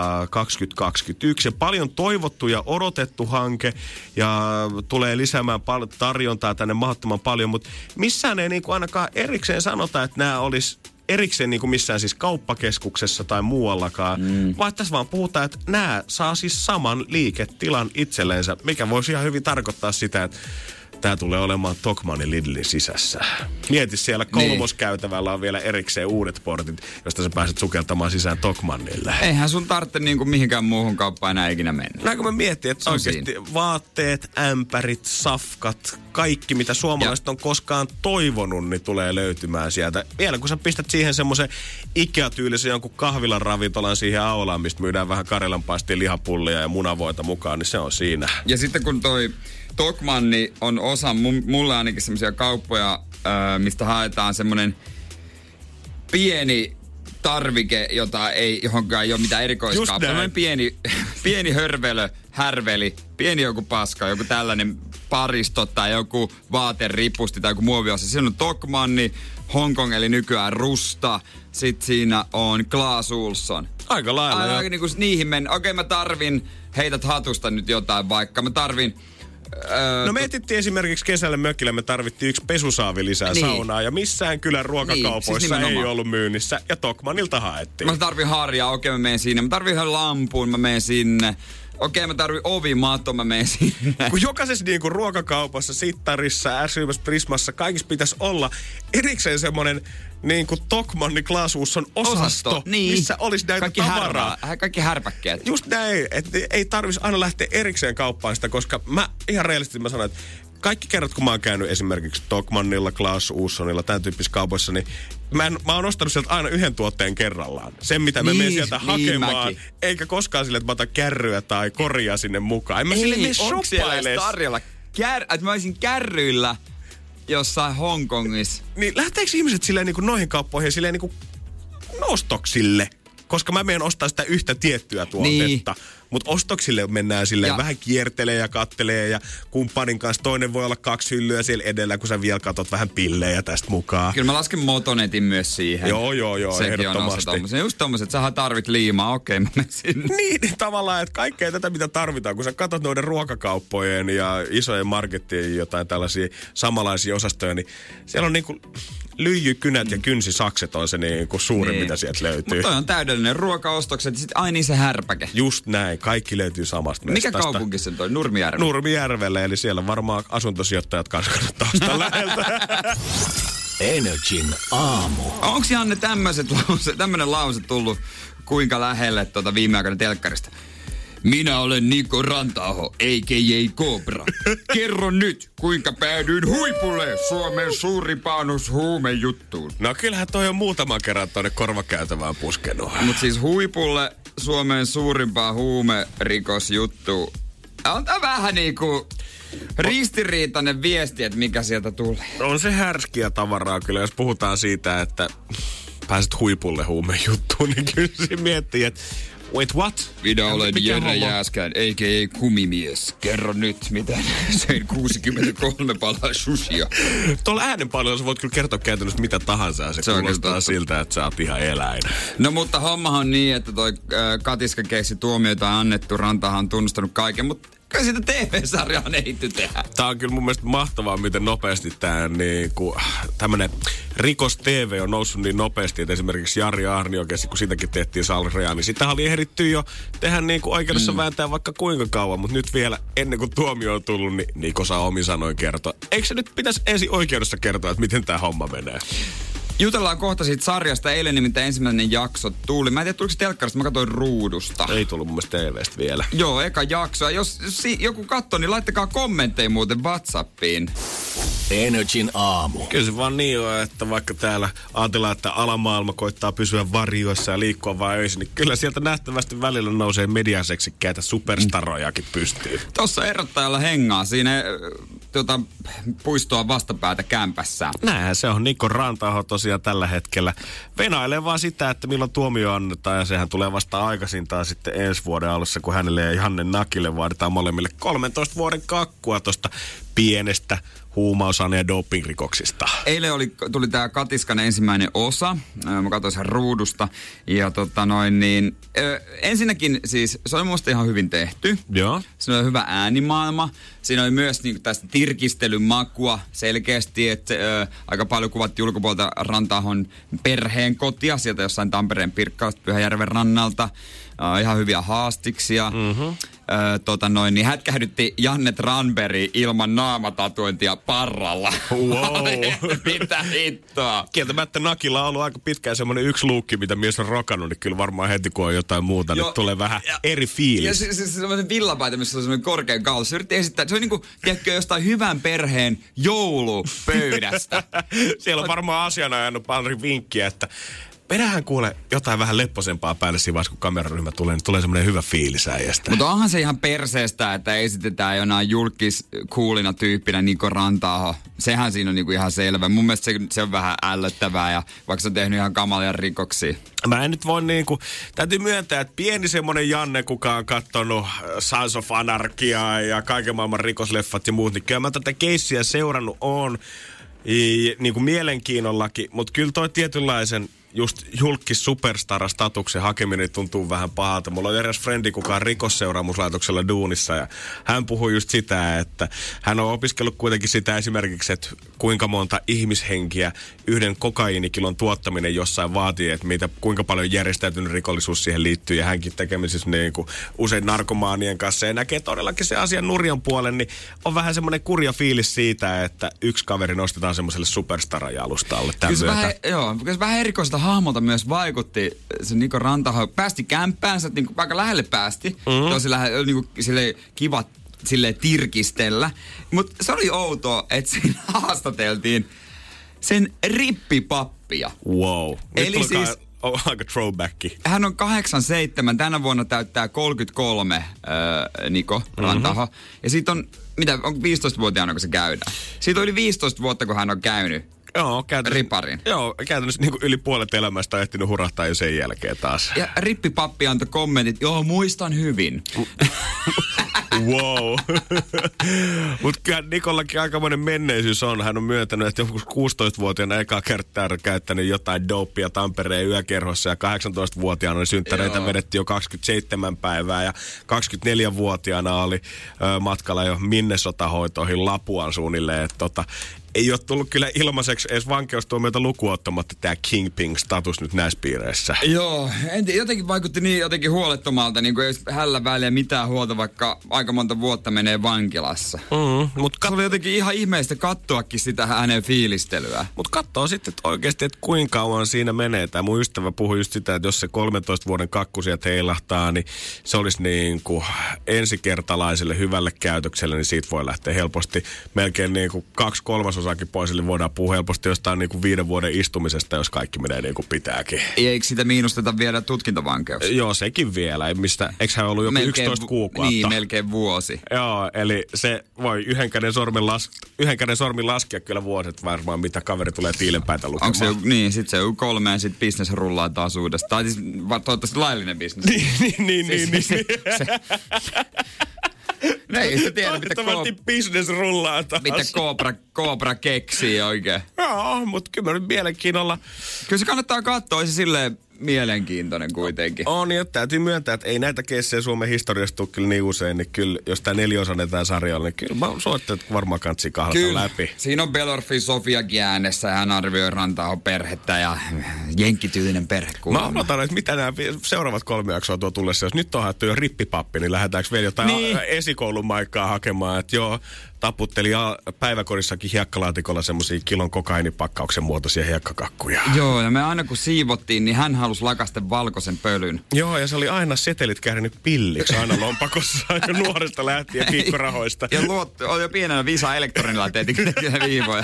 2021. Ja paljon toivottu ja odotettu hanke ja tulee lisäämään tarjontaa tänne mahdottoman paljon, mutta missään ei niin kuin ainakaan erikseen sanota, että nämä olisi erikseen niin kuin missään siis kauppakeskuksessa tai muuallakaan, vaan tässä vaan puhutaan, että nämä saa siis saman liiketilan itsellensä, mikä voisi ihan hyvin tarkoittaa sitä, että tämä tulee olemaan Tokmannin Lidlin sisässä. Mieti, siellä kolmoskäytävällä on vielä erikseen uudet portit, josta sä pääset sukeltamaan sisään Tokmannille. Eihän sun tarvitse niinku mihinkään muuhun kauppaan enää ikinä mennä. Näinkö mä mietin, että oikeasti vaatteet, ämpärit, safkat, kaikki mitä suomalaiset on koskaan toivonut, niin tulee löytymään sieltä. Vielä kun sä pistät siihen semmoisen Ikea-tyylisen jonkun kahvilan ravintolan siihen aulaan, mistä myydään vähän karjalanpaistia, lihapullia ja munavoita mukaan, niin se on siinä. Ja sitten kun toi Tokmanni on osa, mulle ainakin semmoisia kauppoja, mistä haetaan semmoinen pieni tarvike, johonkaan ei ole mitään erikoiskauppaa. Pieni härveli, pieni joku paska, joku tällainen paristo tai joku vaateripusti tai joku muoviosa. Siinä on Tokmanni, Hongkong eli nykyään Rusta, sit siinä on Clas Ohlson. Aika lailla. Niin kuin niihin mennä. Okei, mä tarvin, heität hatusta nyt jotain vaikka. Mä tarvin no me etittiin esimerkiksi kesällä mökillä, me tarvittiin yksi pesusaavi lisää saunaa ja missään kylän ruokakaupoissa ei ollut myynnissä ja Tokmannilta haettiin. Mä tarvin harjaa, okei mä menen sinne. Mä tarvin yhden lampuun, mä menen sinne. Okei, mä tarvin ovimaton, mä menen sinne. Kun jokaisessa niinku ruokakaupassa, Sittarissa, S-ryhmässä, Prismassa, kaikissa pitäisi olla erikseen semmonen niinku Tokmanni Clas Ohlson osasto, missä olisi näitä tavaraa. Kaikki härpäkkeet. Just näin, että ei tarvitsisi aina lähteä erikseen kauppaan sitä, koska mä ihan reellisesti mä sanon, että kaikki kerrat, kun mä oon käynyt esimerkiksi Tokmannilla, Clas Ohlsonilla, tämän tyyppisissä kaupoissa, niin mä oon ostanut sieltä aina yhden tuotteen kerrallaan. Sen, mitä mä menen sieltä hakemaan, eikä koskaan sille, että mä otan kärryä tai koria sinne mukaan. En mä sille mene shoppailemaan. Tarjolla että mä olisin kärryillä jossain Hongkongissa. Niin lähteekö ihmiset silleen niin kuin noihin kauppoihin silleen niin kuin ostoksille? Koska mä menen ostaa sitä yhtä tiettyä tuotetta. Mutta ostoksille mennään silleen vähän kiertelee ja kattelee ja kumppanin kanssa toinen voi olla 2 hyllyä siellä edellä, kun sä vielä katot vähän pillejä tästä mukaan. Kyllä mä lasken Motonetin myös siihen. Joo, ehdottomasti. Se just tommoset, että sähän tarvit liimaa, okei, mä menen sinne. Niin, tavallaan, että kaikkea tätä mitä tarvitaan, kun sä katot noiden ruokakauppojen ja isojen markettien jotain tällaisia samanlaisia osastoja, niin siellä on niinku lyijykynät ja kynsisakset on se niinku suurin, mitä sieltä löytyy. Mutta toi on täydellinen ruokaostokset ja sit niin se härpäke. Just näin, kaikki löytyy samasta mestasta. Mikä kaupunki se toi? Nurmijärvelle? Nurmijärvelle, eli siellä varmaan asuntosijoittajat kanssa kannattaa ostaa läheltä. Energin aamu. Onko Janne tämmönen lause tullut kuinka lähelle viime aikoina telkkarista? Minä olen Niko Ranta-aho, a.k.a. Cobra. Kerro nyt, kuinka päädyin huipulle Suomen suurimpaan huumejuttuun. No kyllähän toi on muutaman kerran tuonne korvakäytävään puskenut. Mut siis huipulle Suomen suurimpaan huumerikosjuttuun. On tää vähän niinku ristiriitainen viesti, että mikä sieltä tulee. On se härskiä tavaraa kyllä, jos puhutaan siitä, että pääset huipulle huumejuttuun, niin kyllä se miettii, että wait, what? Minä olen Jere Jääskään, a.k.a. kumimies. Kerro nyt, miten söin 63 palaa sushia. Tuolla äänenpainoilla sä voit kyllä kertoa käytännössä mitä tahansa. Se kuulostaa siltä, että sä oot ihan eläin. No mutta hommahan on niin, että toi katiskakeissi tuomioita on annettu. Rantahan on tunnustanut kaiken, mutta Kyllä siitä TV-sarjaa on ehditty tehdä. Tää on kyllä mun mielestä mahtavaa, miten nopeasti tää niinku, tämmönen rikos-TV on noussut niin nopeasti, että esimerkiksi Jari Aarniokessi, kun sitäkin tehtiin Salrea, niin sitähän oli ehditty jo tehdä niinku oikeudessa vääntää vaikka kuinka kauan, mutta nyt vielä ennen kuin tuomio on tullut, niin Niko saa omin sanoin kertoa. Eikö se nyt pitäisi ensin oikeudessa kertoa, että miten tää homma menee? Jutellaan kohta siitä sarjasta. Eilen nimittäin ensimmäinen jakso tuli. Mä en tiedä, tuliko se telkkarista, mä katsoin ruudusta. Ei tullut mun mielestä TV:stä vielä. Joo, eka jakso. Jos joku katsoo, niin laittakaa kommentteja muuten WhatsAppiin. Energin aamu. Kyllä se vaan niin on, että vaikka täällä ajatellaan, että alamaailma koittaa pysyä varjoissa ja liikkua vaan öisin, niin kyllä sieltä nähtävästi välillä nousee mediaseksikkäitä superstarojakin pystyy. Tossa erottajalla hengaa siinä puistoa vastapäätä kämpässä. Näinhän se on. Niko Ranta-aho tosiaan tällä hetkellä venailee vaan sitä, että milloin tuomio annetaan, ja sehän tulee vasta aikaisintaan sitten ensi vuoden alussa, kun hänelle ja Janne Nakille vaaditaan molemmille 13 vuoden kakkua tosta pienestä huumausaine- ja dopingrikoksista. Eilen tuli tää Katiskan ensimmäinen osa. Mä katsoin sen ruudusta. Ja ensinnäkin siis se oli musta ihan hyvin tehty. Joo. Siinä oli hyvä äänimaailma. Siinä oli myös niinku tästä tirkistelyn makua selkeästi, että aika paljon kuvattiin ulkopuolelta Ranta-ahon perheen kotia, sieltä jossain Tampereen Pirkkalasta Pyhäjärven rannalta. Ihan hyviä haastiksia. Niin hätkähdytti Janne Tranberg ilman naamatatuointia parralla. Wow. Mitä hittoa. Kieltämättä Nakilla on ollut aika pitkään semmoinen yksi luukki, mitä mies on rokannut, niin kyllä varmaan heti kun on jotain muuta, niin tulee vähän eri fiilis. Ja semmoinen villapaita, missä on semmoinen korkean kaula. Se yritti esittää, se on niinku, tiedätkö, jostain hyvän perheen joulupöydästä. Siellä on varmaan asianajanut pari vinkkiä, että vedähän kuule jotain vähän lepposempaa päälle siinä vaiheessa, kun kameraryhmä tulee, niin tulee semmoinen hyvä fiilis äijästä. Mutta onhan se ihan perseestä, että esitetään jonain julkiskuulina tyyppinä Niko Ranta-aho. Sehän siinä on niinku ihan selvä. Mun mielestä se on vähän ällöttävää, ja vaikka se on tehnyt ihan kamalia rikoksia. Mä en nyt voi täytyy myöntää, että pieni semmonen Janne, kuka on kattonut Sons of Anarchiaa ja kaiken maailman rikosleffat ja muut, niin kyllä mä tätä keissiä seurannut oon niinku mielenkiinnollakin, mutta kyllä toi tietynlaisen just julkis superstara-statuksen hakeminen tuntuu vähän pahalta. Mulla on eräs frendi, kuka on rikosseuraamuslaitoksella duunissa, ja hän puhuu just sitä, että hän on opiskellut kuitenkin sitä esimerkiksi, että kuinka monta ihmishenkiä yhden kokaiinikilon tuottaminen jossain vaatii, että kuinka paljon järjestäytynyt rikollisuus siihen liittyy, ja hänkin tekemisissä usein narkomaanien kanssa, ja näkee todellakin se asian nurjan puolen, niin on vähän semmoinen kurja fiilis siitä, että yksi kaveri nostetaan semmoiselle superstara-jalustalle. Kyllä se vähän erikoista hahmolta myös vaikutti se Niko Ranta-aho. Päästi kämppäänsä, niin aika lähelle päästi. Tosi lähelle, niin silleen kiva silleen tirkistellä. Mutta se oli outoa, että siinä haastateltiin sen rippipappia. Wow. Eli siis aika throwbacki. Hän on 87, tänä vuonna täyttää 33 Niko Ranta-aho. Ja siitä on, on 15-vuotiaana, kun se käydään. Siitä on yli 15 vuotta, kun hän on käynyt. Joo, riparin. Joo, käytännössä niin kuin yli puolet elämästä on ehtinyt hurahtaa jo sen jälkeen taas. Ja rippipappi antoi kommentit, muistan hyvin. Wow. Mutta kyllä Nikollakin aikamoinen menneisyys on. Hän on myöntänyt, että joku 16-vuotiaana eka kertaa on käyttänyt jotain dopea Tampereen yökerhossa, ja 18-vuotiaana oli synttäreitä vedetty jo 27 päivää, ja 24-vuotiaana oli matkalla jo Minnesota-hoitoihin Lapuan suunnilleen. Ei ole tullut kyllä ilmaiseksi edes vankeustuomiota lukuun ottamatta tämä Kingpin-status nyt näissä piireissä. Joo, jotenkin vaikutti niin jotenkin huolettomalta, niin kuin ei hällä väliä mitään huolta, vaikka aika monta vuotta menee vankilassa. Se oli jotenkin ihan ihmeistä katsoakin sitä hänen fiilistelyä. Mutta katsoo sitten että oikeasti, että kuinka kauan siinä menee. Tämä mun ystävä puhui just sitä, että jos se 13 vuoden kakku sieltä heilahtaa, niin se olisi niin kuin ensikertalaiselle hyvälle käytökselle, niin siitä voi lähteä helposti melkein niin kuin 2/3 pois, eli voidaan puhua helposti jostain niin kuin 5 vuoden istumisesta, jos kaikki menee niin kuin pitääkin. Eikö sitä miinusteta vielä tutkintavankeus? Joo, sekin vielä. Eikö hän ollut joku 11 kuukautta? Niin, melkein vuosi. Joo, eli se voi yhden käden sormin laskea kyllä vuodet varmaan, mitä kaveri tulee tiilenpäitä lukemaan. Onko se niin, sit se on 3 ja sit business rullaa taas uudestaan. Tai siis toivottavasti laillinen business. niin. Ei sitä tiedä, toivottavasti business rullaa taas. Mitä Cobra keksii oikein. Joo, mutta kyllä nyt mielenkiinnolla. Kyllä se kannattaa katsoa. Se silleen, mielenkiintoinen kuitenkin. On, ja täytyy myöntää, että ei näitä keissejä Suomen historiasta tule kyllä niin usein, niin kyllä, jos tämä 4-osainen tämä sarja on, niin kyllä mä suosittelen, että varmaan kansi kahlata läpi. Siinä on Belorfin Sofiakin äänessä ja hän arvioi Rantaahon perhettä ja jenkkityylinen perhe. Mä odotan, että mitä nämä seuraavat 3 jaksoa tuo tullessa. Jos nyt on haettu jo rippipappi, niin lähdetäänkö vielä jotain esikoulun maikkaa hakemaan, että joo, taputteli päiväkodissakin hiekkalaatikolla semmosia kilon kokainipakkauksen muotoisia hiekkakakkuja. Joo, ja me aina kun siivottiin, niin hän halusi lakasta valkoisen pölyn. Joo, ja se oli aina setelit käärinyt pilliksi aina lompakossa jo nuoresta lähtien piikkorahoista. Ja oli jo pienenä Visa elektronilla tehtiin viivoja.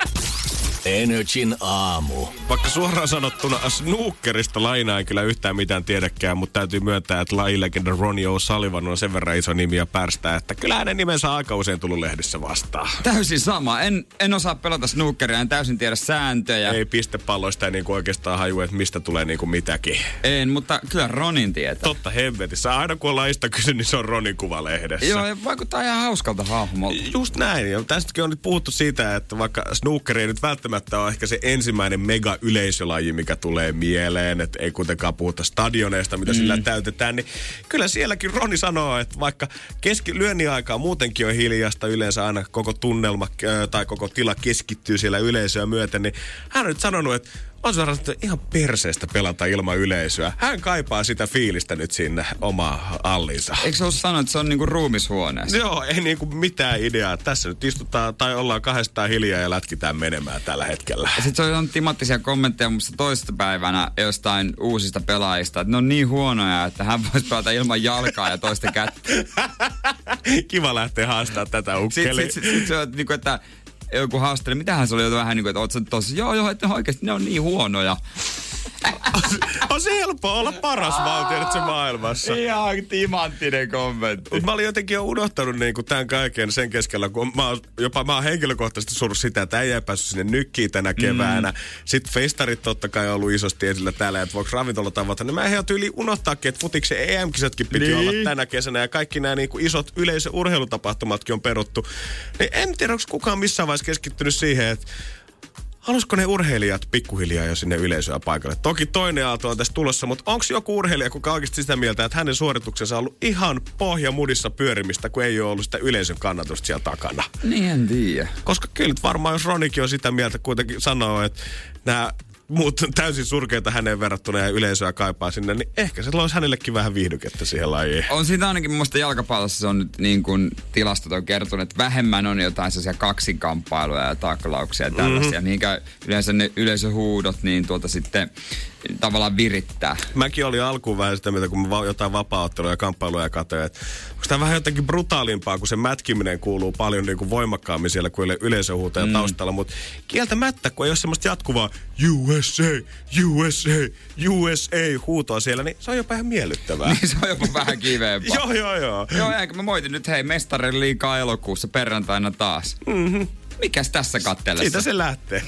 Energin aamu. Vaikka suoraan sanottuna snookerista lainaa ei kyllä yhtään mitään tiedäkään, mutta täytyy myöntää, että lajilegenda Ronnie O'Sullivan on sen verran iso nimi ja pärstää, että kyllä hänen nimensä aika usein tullut lehdissä vastaan. Täysin sama. En osaa pelata snookeria, en täysin tiedä sääntöjä. Ei pistepalloista ei niinku oikeastaan haju, että mistä tulee niinku mitäkin. En, mutta kyllä Ronin tietää. Totta hemmetissä. Aina kun on lajista kysy, niin se on Ronin kuva lehdessä. Joo, ja vaikuttaa ihan hauskalta hahmolta. Just näin. Ja tästäkin on nyt puhuttu siitä, että vaikka snookeri ei nyt välttämättä on ehkä se ensimmäinen mega-yleisölaji, mikä tulee mieleen, että ei kuitenkaan puhuta stadioneista, mitä sillä täytetään, niin kyllä sielläkin Roni sanoo, että vaikka lyönnin aikaa muutenkin on hiljasta, yleensä aina koko tunnelma tai koko tila keskittyy siellä yleisöä myöten, niin hän on nyt sanonut, että on suoraan ihan perseestä pelata ilman yleisöä. Hän kaipaa sitä fiilistä nyt sinne omaa allinsa. Eikö se ole sanonut, että se on niinku ruumishuoneessa? Joo, ei niinku mitään ideaa. Tässä nyt istutaan tai ollaan 200 hiljaa ja lätkitään menemään tällä hetkellä. Ja sitten se on timattisia kommentteja musta toista päivänä jostain uusista pelaajista, että ne on niin huonoja, että hän voisi pelata ilman jalkaa ja toista kättä. Kiva lähteä haastaa tätä ukkeli. Sitten se on niinku, että joku haasteli, mitähän se oli vähän niin kuin, että oot sä tossa, joo, että oikeasti ne on niin huonoja. On se helppoa olla paras valtiodetse maailmassa. Ihan timanttinen kommentti. Mä olin jotenkin jo unohtanut niinku tämän kaiken sen keskellä, kun mä oon henkilökohtaisesti surrut sitä, että ei päässyt sinne nykkiin tänä keväänä. Sitten festarit totta kai on ollut isosti esillä täällä, että voiko ravintola tavata. Niin mä en ihan tyyli unohtaakin, että futiksen EM-kisatkin piti olla tänä kesänä ja kaikki nämä niinku isot yleisöurheilutapahtumatkin on peruttu. Niin en tiedä, onko kukaan missään vaiheessa keskittynyt siihen, että halusko ne urheilijat pikkuhiljaa jo sinne yleisöä paikalle? Toki toinen aalto on tässä tulossa, mutta onko joku urheilija, kuka oikeasti sitä mieltä, että hänen suorituksensa on ollut ihan pohjamudissa pyörimistä, kun ei ole ollut sitä yleisön kannatusta siellä takana? Niin en tiedä. Koska kyllä varmaan, jos Ronikin on sitä mieltä, kuitenkin sanoo, että nämä muut täysin surkeita häneen verrattuna ja yleisöä kaipaa sinne, niin ehkä se loisi hänellekin vähän viihdykettä siihen lajiin. On siitä ainakin mun mielestä jalkapallossa se on nyt niin kuin tilastot on kertonut, että vähemmän on jotain sellaisia kaksinkamppailuja ja taklauksia ja tällaisia. Niinkä yleensä ne yleisöhuudot niin sitten tavallaan virittää. Mäkin olin alkuun vähän sitä mieltä, kun mä jotain vapaa-ottelua ja kamppailuja katsoin, että onko tämä vähän jotenkin brutaalimpaa, kun se mätkiminen kuuluu paljon niin kuin voimakkaammin siellä kuin yleisöhuutoja taustalla, mutta kieltämättä, kun ei ole semmoista jatkuvaa USA, USA, USA huutoa siellä, niin se on jopa ihan miellyttävää. Niin se on jopa vähän kiveempaa. Joo. Joo, eikä mä moitin nyt, hei, Mestarien liigaa elokuussa perjantaina taas. Mikäs tässä kattellessa? Siitä se lähtee.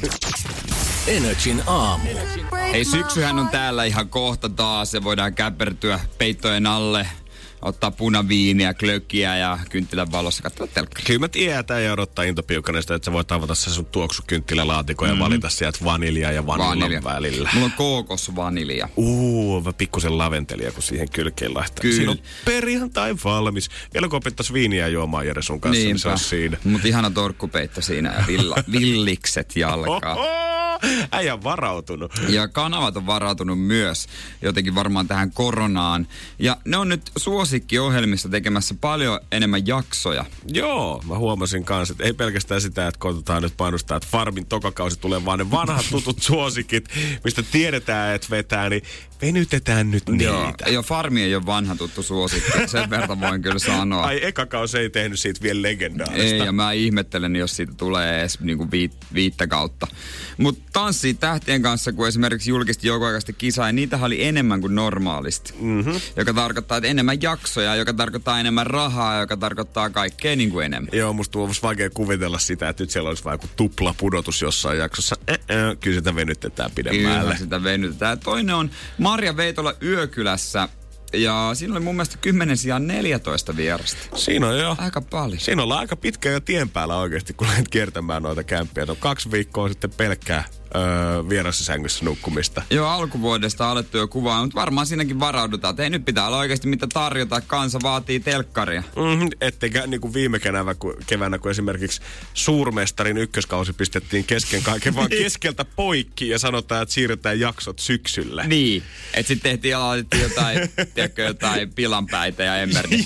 Energin aamu. Hei, syksyhän on täällä ihan kohta taas ja voidaan käpertyä peittojen alle, ottaa punaviiniä, klökkiä ja kynttilän valossa katsella telkkaria. Kyllä mä tiedän ja odottaa intopiukkaneista, että sä voit avata sen sun tuoksukynttilälaatikon ja valita sieltä vaniljaa ja vanillan välillä. Mulla on kookosvanilja. Pikkusen laventelia, kun siihen kylkeen laittaa. Kyllä. Siinä on perjantai valmis. Vielä kun opittais viiniä juomaan Jere sun kanssa, niin se on siinä. Mut ihana torkkupeitto siinä ja villikset jalkaa. Äijä on varautunut. Ja kanavat on varautunut myös jotenkin varmaan tähän koronaan. Ja ne on nyt suosikkiohjelmissa tekemässä paljon enemmän jaksoja. Joo, mä huomasin kanssa, että ei pelkästään sitä, että koitetaan nyt painostaa, että Farmin tokakausi tulee, vaan ne vanhat tutut suosikit, mistä tiedetään, että vetää, niin venytetään nyt niitä. Joo, Farmi ei ole vanha tuttu suosikki, sen verran voin kyllä sanoa. Ai eka kausi ei tehnyt siitä vielä legendaarista. Ei, ja mä ihmettelen, jos siitä tulee edes niinku 5 kautta. Mutta Tanssii tähtien kanssa, kun esimerkiksi julkisti joukkueaikaista kisaa, ja niitä oli enemmän kuin normaalisti. Joka tarkoittaa, että enemmän jaksoja, joka tarkoittaa enemmän rahaa, joka tarkoittaa kaikkea niin kuin enemmän. Joo, musta on vaikea kuvitella sitä, että nyt siellä olisi vaan joku tupla pudotus jossain jaksossa. Kyllä sitä venytetään pidemmälle. Kyllä sitä venytetään. Toinen on Marja Veitola Yökylässä. Ja siinä oli mun mielestä 10 sijaan 14 vierasta. Siinä on jo. Aika paljon. Siinä ollaan aika pitkä jo tien päällä oikeasti, kun lähdet kiertämään noita kämppiä. No 2 viikkoa sitten pelkkää vierassa sängyssä nukkumista. Joo, alkuvuodesta alettu jo kuvaa, mutta varmaan siinäkin varaudutaan. Että ei nyt pitää olla oikeasti mitä tarjota. Kansa vaatii telkkaria. Ettekä niin kuin viime keväänä, kun esimerkiksi Suurmestarin ykköskausi pistettiin kesken kaiken, vaan keskeltä poikki ja sanotaan, että siirretään jaksot syksylle. Niin, että sitten aloitettiin jotain pilanpäitä ja emmertiä.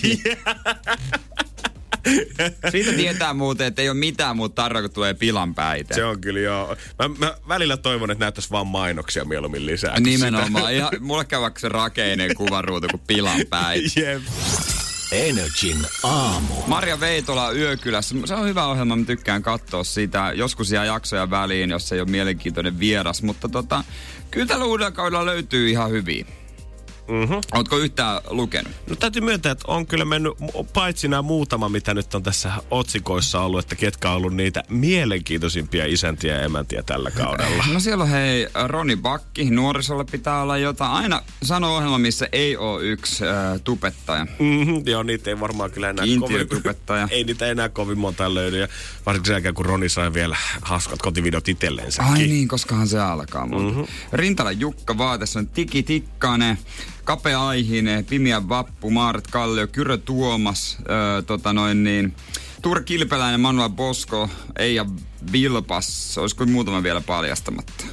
Siitä tietää muuten, että ei ole mitään muuta tarjoa, kun tulee pilanpäitä. Se on kyllä joo. Mä välillä toivon, että näyttäisi vaan mainoksia mieluummin lisää. Nimenomaan. Ja mulle käy vaikka se rakeinen kuvaruutu kuin pilanpäitä. Jep. Energin aamu. Marja Veitola Yökylässä. Se on hyvä ohjelma, mä tykkään katsoa sitä. Joskus jää jaksoja väliin, jos ei ole mielenkiintoinen vieras. Mutta kyllä tällä uudella kaudella löytyy ihan hyviä. Ootko yhtään lukenut? No täytyy myöntää, että on kyllä mennyt, paitsi nämä muutama, mitä nyt on tässä otsikoissa ollut, että ketkä on ollut niitä mielenkiintoisimpia isäntiä ja emäntiä tällä kaudella. No siellä on Roni Bakki, nuorisolle pitää olla jotain. Aina sano ohjelma, missä ei ole yksi tubettaja. Joo, niitä ei varmaan kyllä enää Kiintiötubettaja. Ei niitä enää kovin monta löydy. Ja varsinkin sen jälkeen, kun Roni sai vielä hauskat kotivideot itsellensäkin. Ai niin, koskahan se alkaa. Rintala Jukka Vaates on Tiki Tikkanen. Kapea Aihinen, Pimiä Vappu, Maaret Kallio, Kyrö Tuomas, Tuure Kilpeläinen, Manuel Bosko, Eija Vilpas. Olisiko muutama vielä paljastamatta?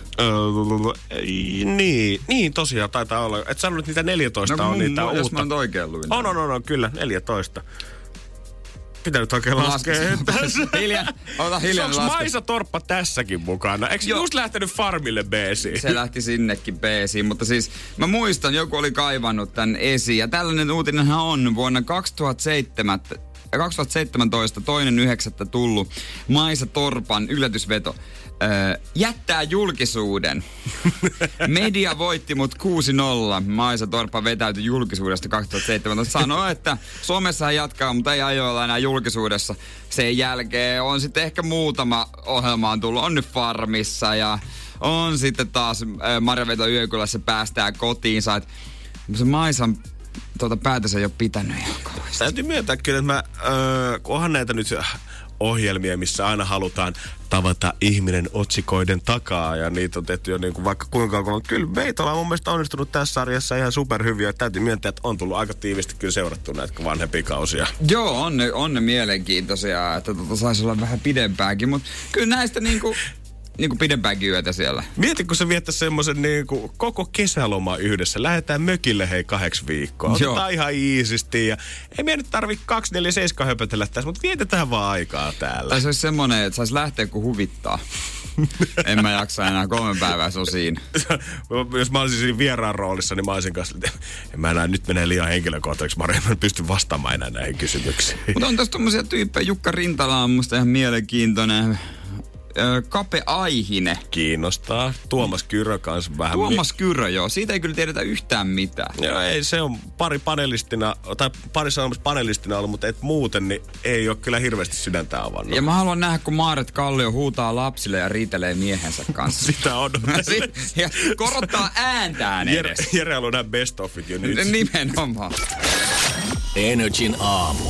Niin, tosiaan taitaa olla. Et sanonut, että niitä 14 on niitä uutta. Jos mä nyt oikein luin. On, kyllä, 14. Pitää nyt oikein laskea. Ota hiljan onko Maisa Torppa tässäkin mukana? Eikö just lähtenyt farmille B-siin? Se lähti sinnekin B-siin, mutta siis mä muistan, joku oli kaivannut tän esiin. Ja tällainen uutinenhan on vuonna 2017 2.9. tullut Maisa Torpan yllätysveto. Jättää julkisuuden. Media voitti mut 6-0. Maisa Torppa vetäytyi julkisuudesta 2017. Sanoi, että Suomessa hän jatkaa, mutta ei ajoilla enää julkisuudessa. Sen jälkeen on sitten ehkä muutama ohjelma on tullut. On nyt Farmissa ja on sitten taas Marja Veitola Yökylässä päästään kotiinsa. Et se Maisan päätös ei ole pitänyt ihan kauheasti. Täytyy myöntää kyllä, että onhan näitä nyt ohjelmia, missä aina halutaan tavata ihminen otsikoiden takaa, ja niitä on tehty jo niin kuin vaikka kuinka kauan. Kyllä Veitola on mun mielestä onnistunut tässä sarjassa ihan superhyviä. Täytyy myöntää, että on tullut aika tiivisti kyllä seurattu näitä vanhempia kausia. Joo, on ne mielenkiintoisia, että saisi olla vähän pidempääkin, mutta kyllä näistä niinku pidempäänkin yötä siellä. Mieti, kun sä viettäisi semmoisen niinku koko kesäloma yhdessä. Lähdetään mökille 2 viikkoa. Otetaan ihan iisisti ja ei meidän nyt tarvitse 24/7 höpötellä tässä, mutta vietetään vaan aikaa täällä. Tai se olisi semmoinen, että saisi lähteä kun huvittaa. En mä jaksa enää 3 päivää, se on siinä. Jos mä olisin siinä vieraan roolissa, niin mä olisin kanssa, että en mä enää, nyt menee liian henkilökohtaiseksi. Mä en pysty vastaamaan enää näihin kysymyksiin. Mutta on tässä tommosia tyyppejä. Jukka Rintala on musta ihan mielenkiintoinen. Kape Aihinen. Kiinnostaa. Tuomas Kyrö kanssa vähän. Tuomas Kyrö, joo. Siitä ei kyllä tiedetä yhtään mitään. Joo, ei se on pari sanomassa panelistina ollut, mutta et muuten niin ei ole kyllä hirveästi sydäntä avannut. Ja mä haluan nähdä, kun Maaret Kallio huutaa lapsille ja riitelee miehensä kanssa. Sitä odottaa. Ja korottaa ääntään edes. Jere haluaa nähdä best ofit jo nyt. Nimenomaan. Energin aamu.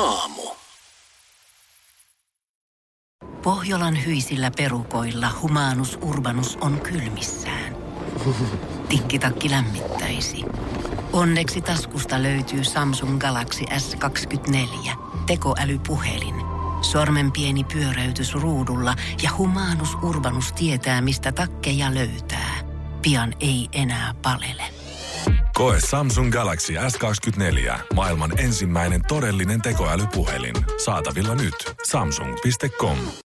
Pohjolan hyisillä perukoilla Humanus Urbanus on kylmissään. Tikkitakki lämmittäisi. Onneksi taskusta löytyy Samsung Galaxy S24. Tekoälypuhelin. Sormen pieni pyöräytys ruudulla ja Humanus Urbanus tietää, mistä takkeja löytää. Pian ei enää palele. Koe Samsung Galaxy S24. Maailman ensimmäinen todellinen tekoälypuhelin. Saatavilla nyt. Samsung.com.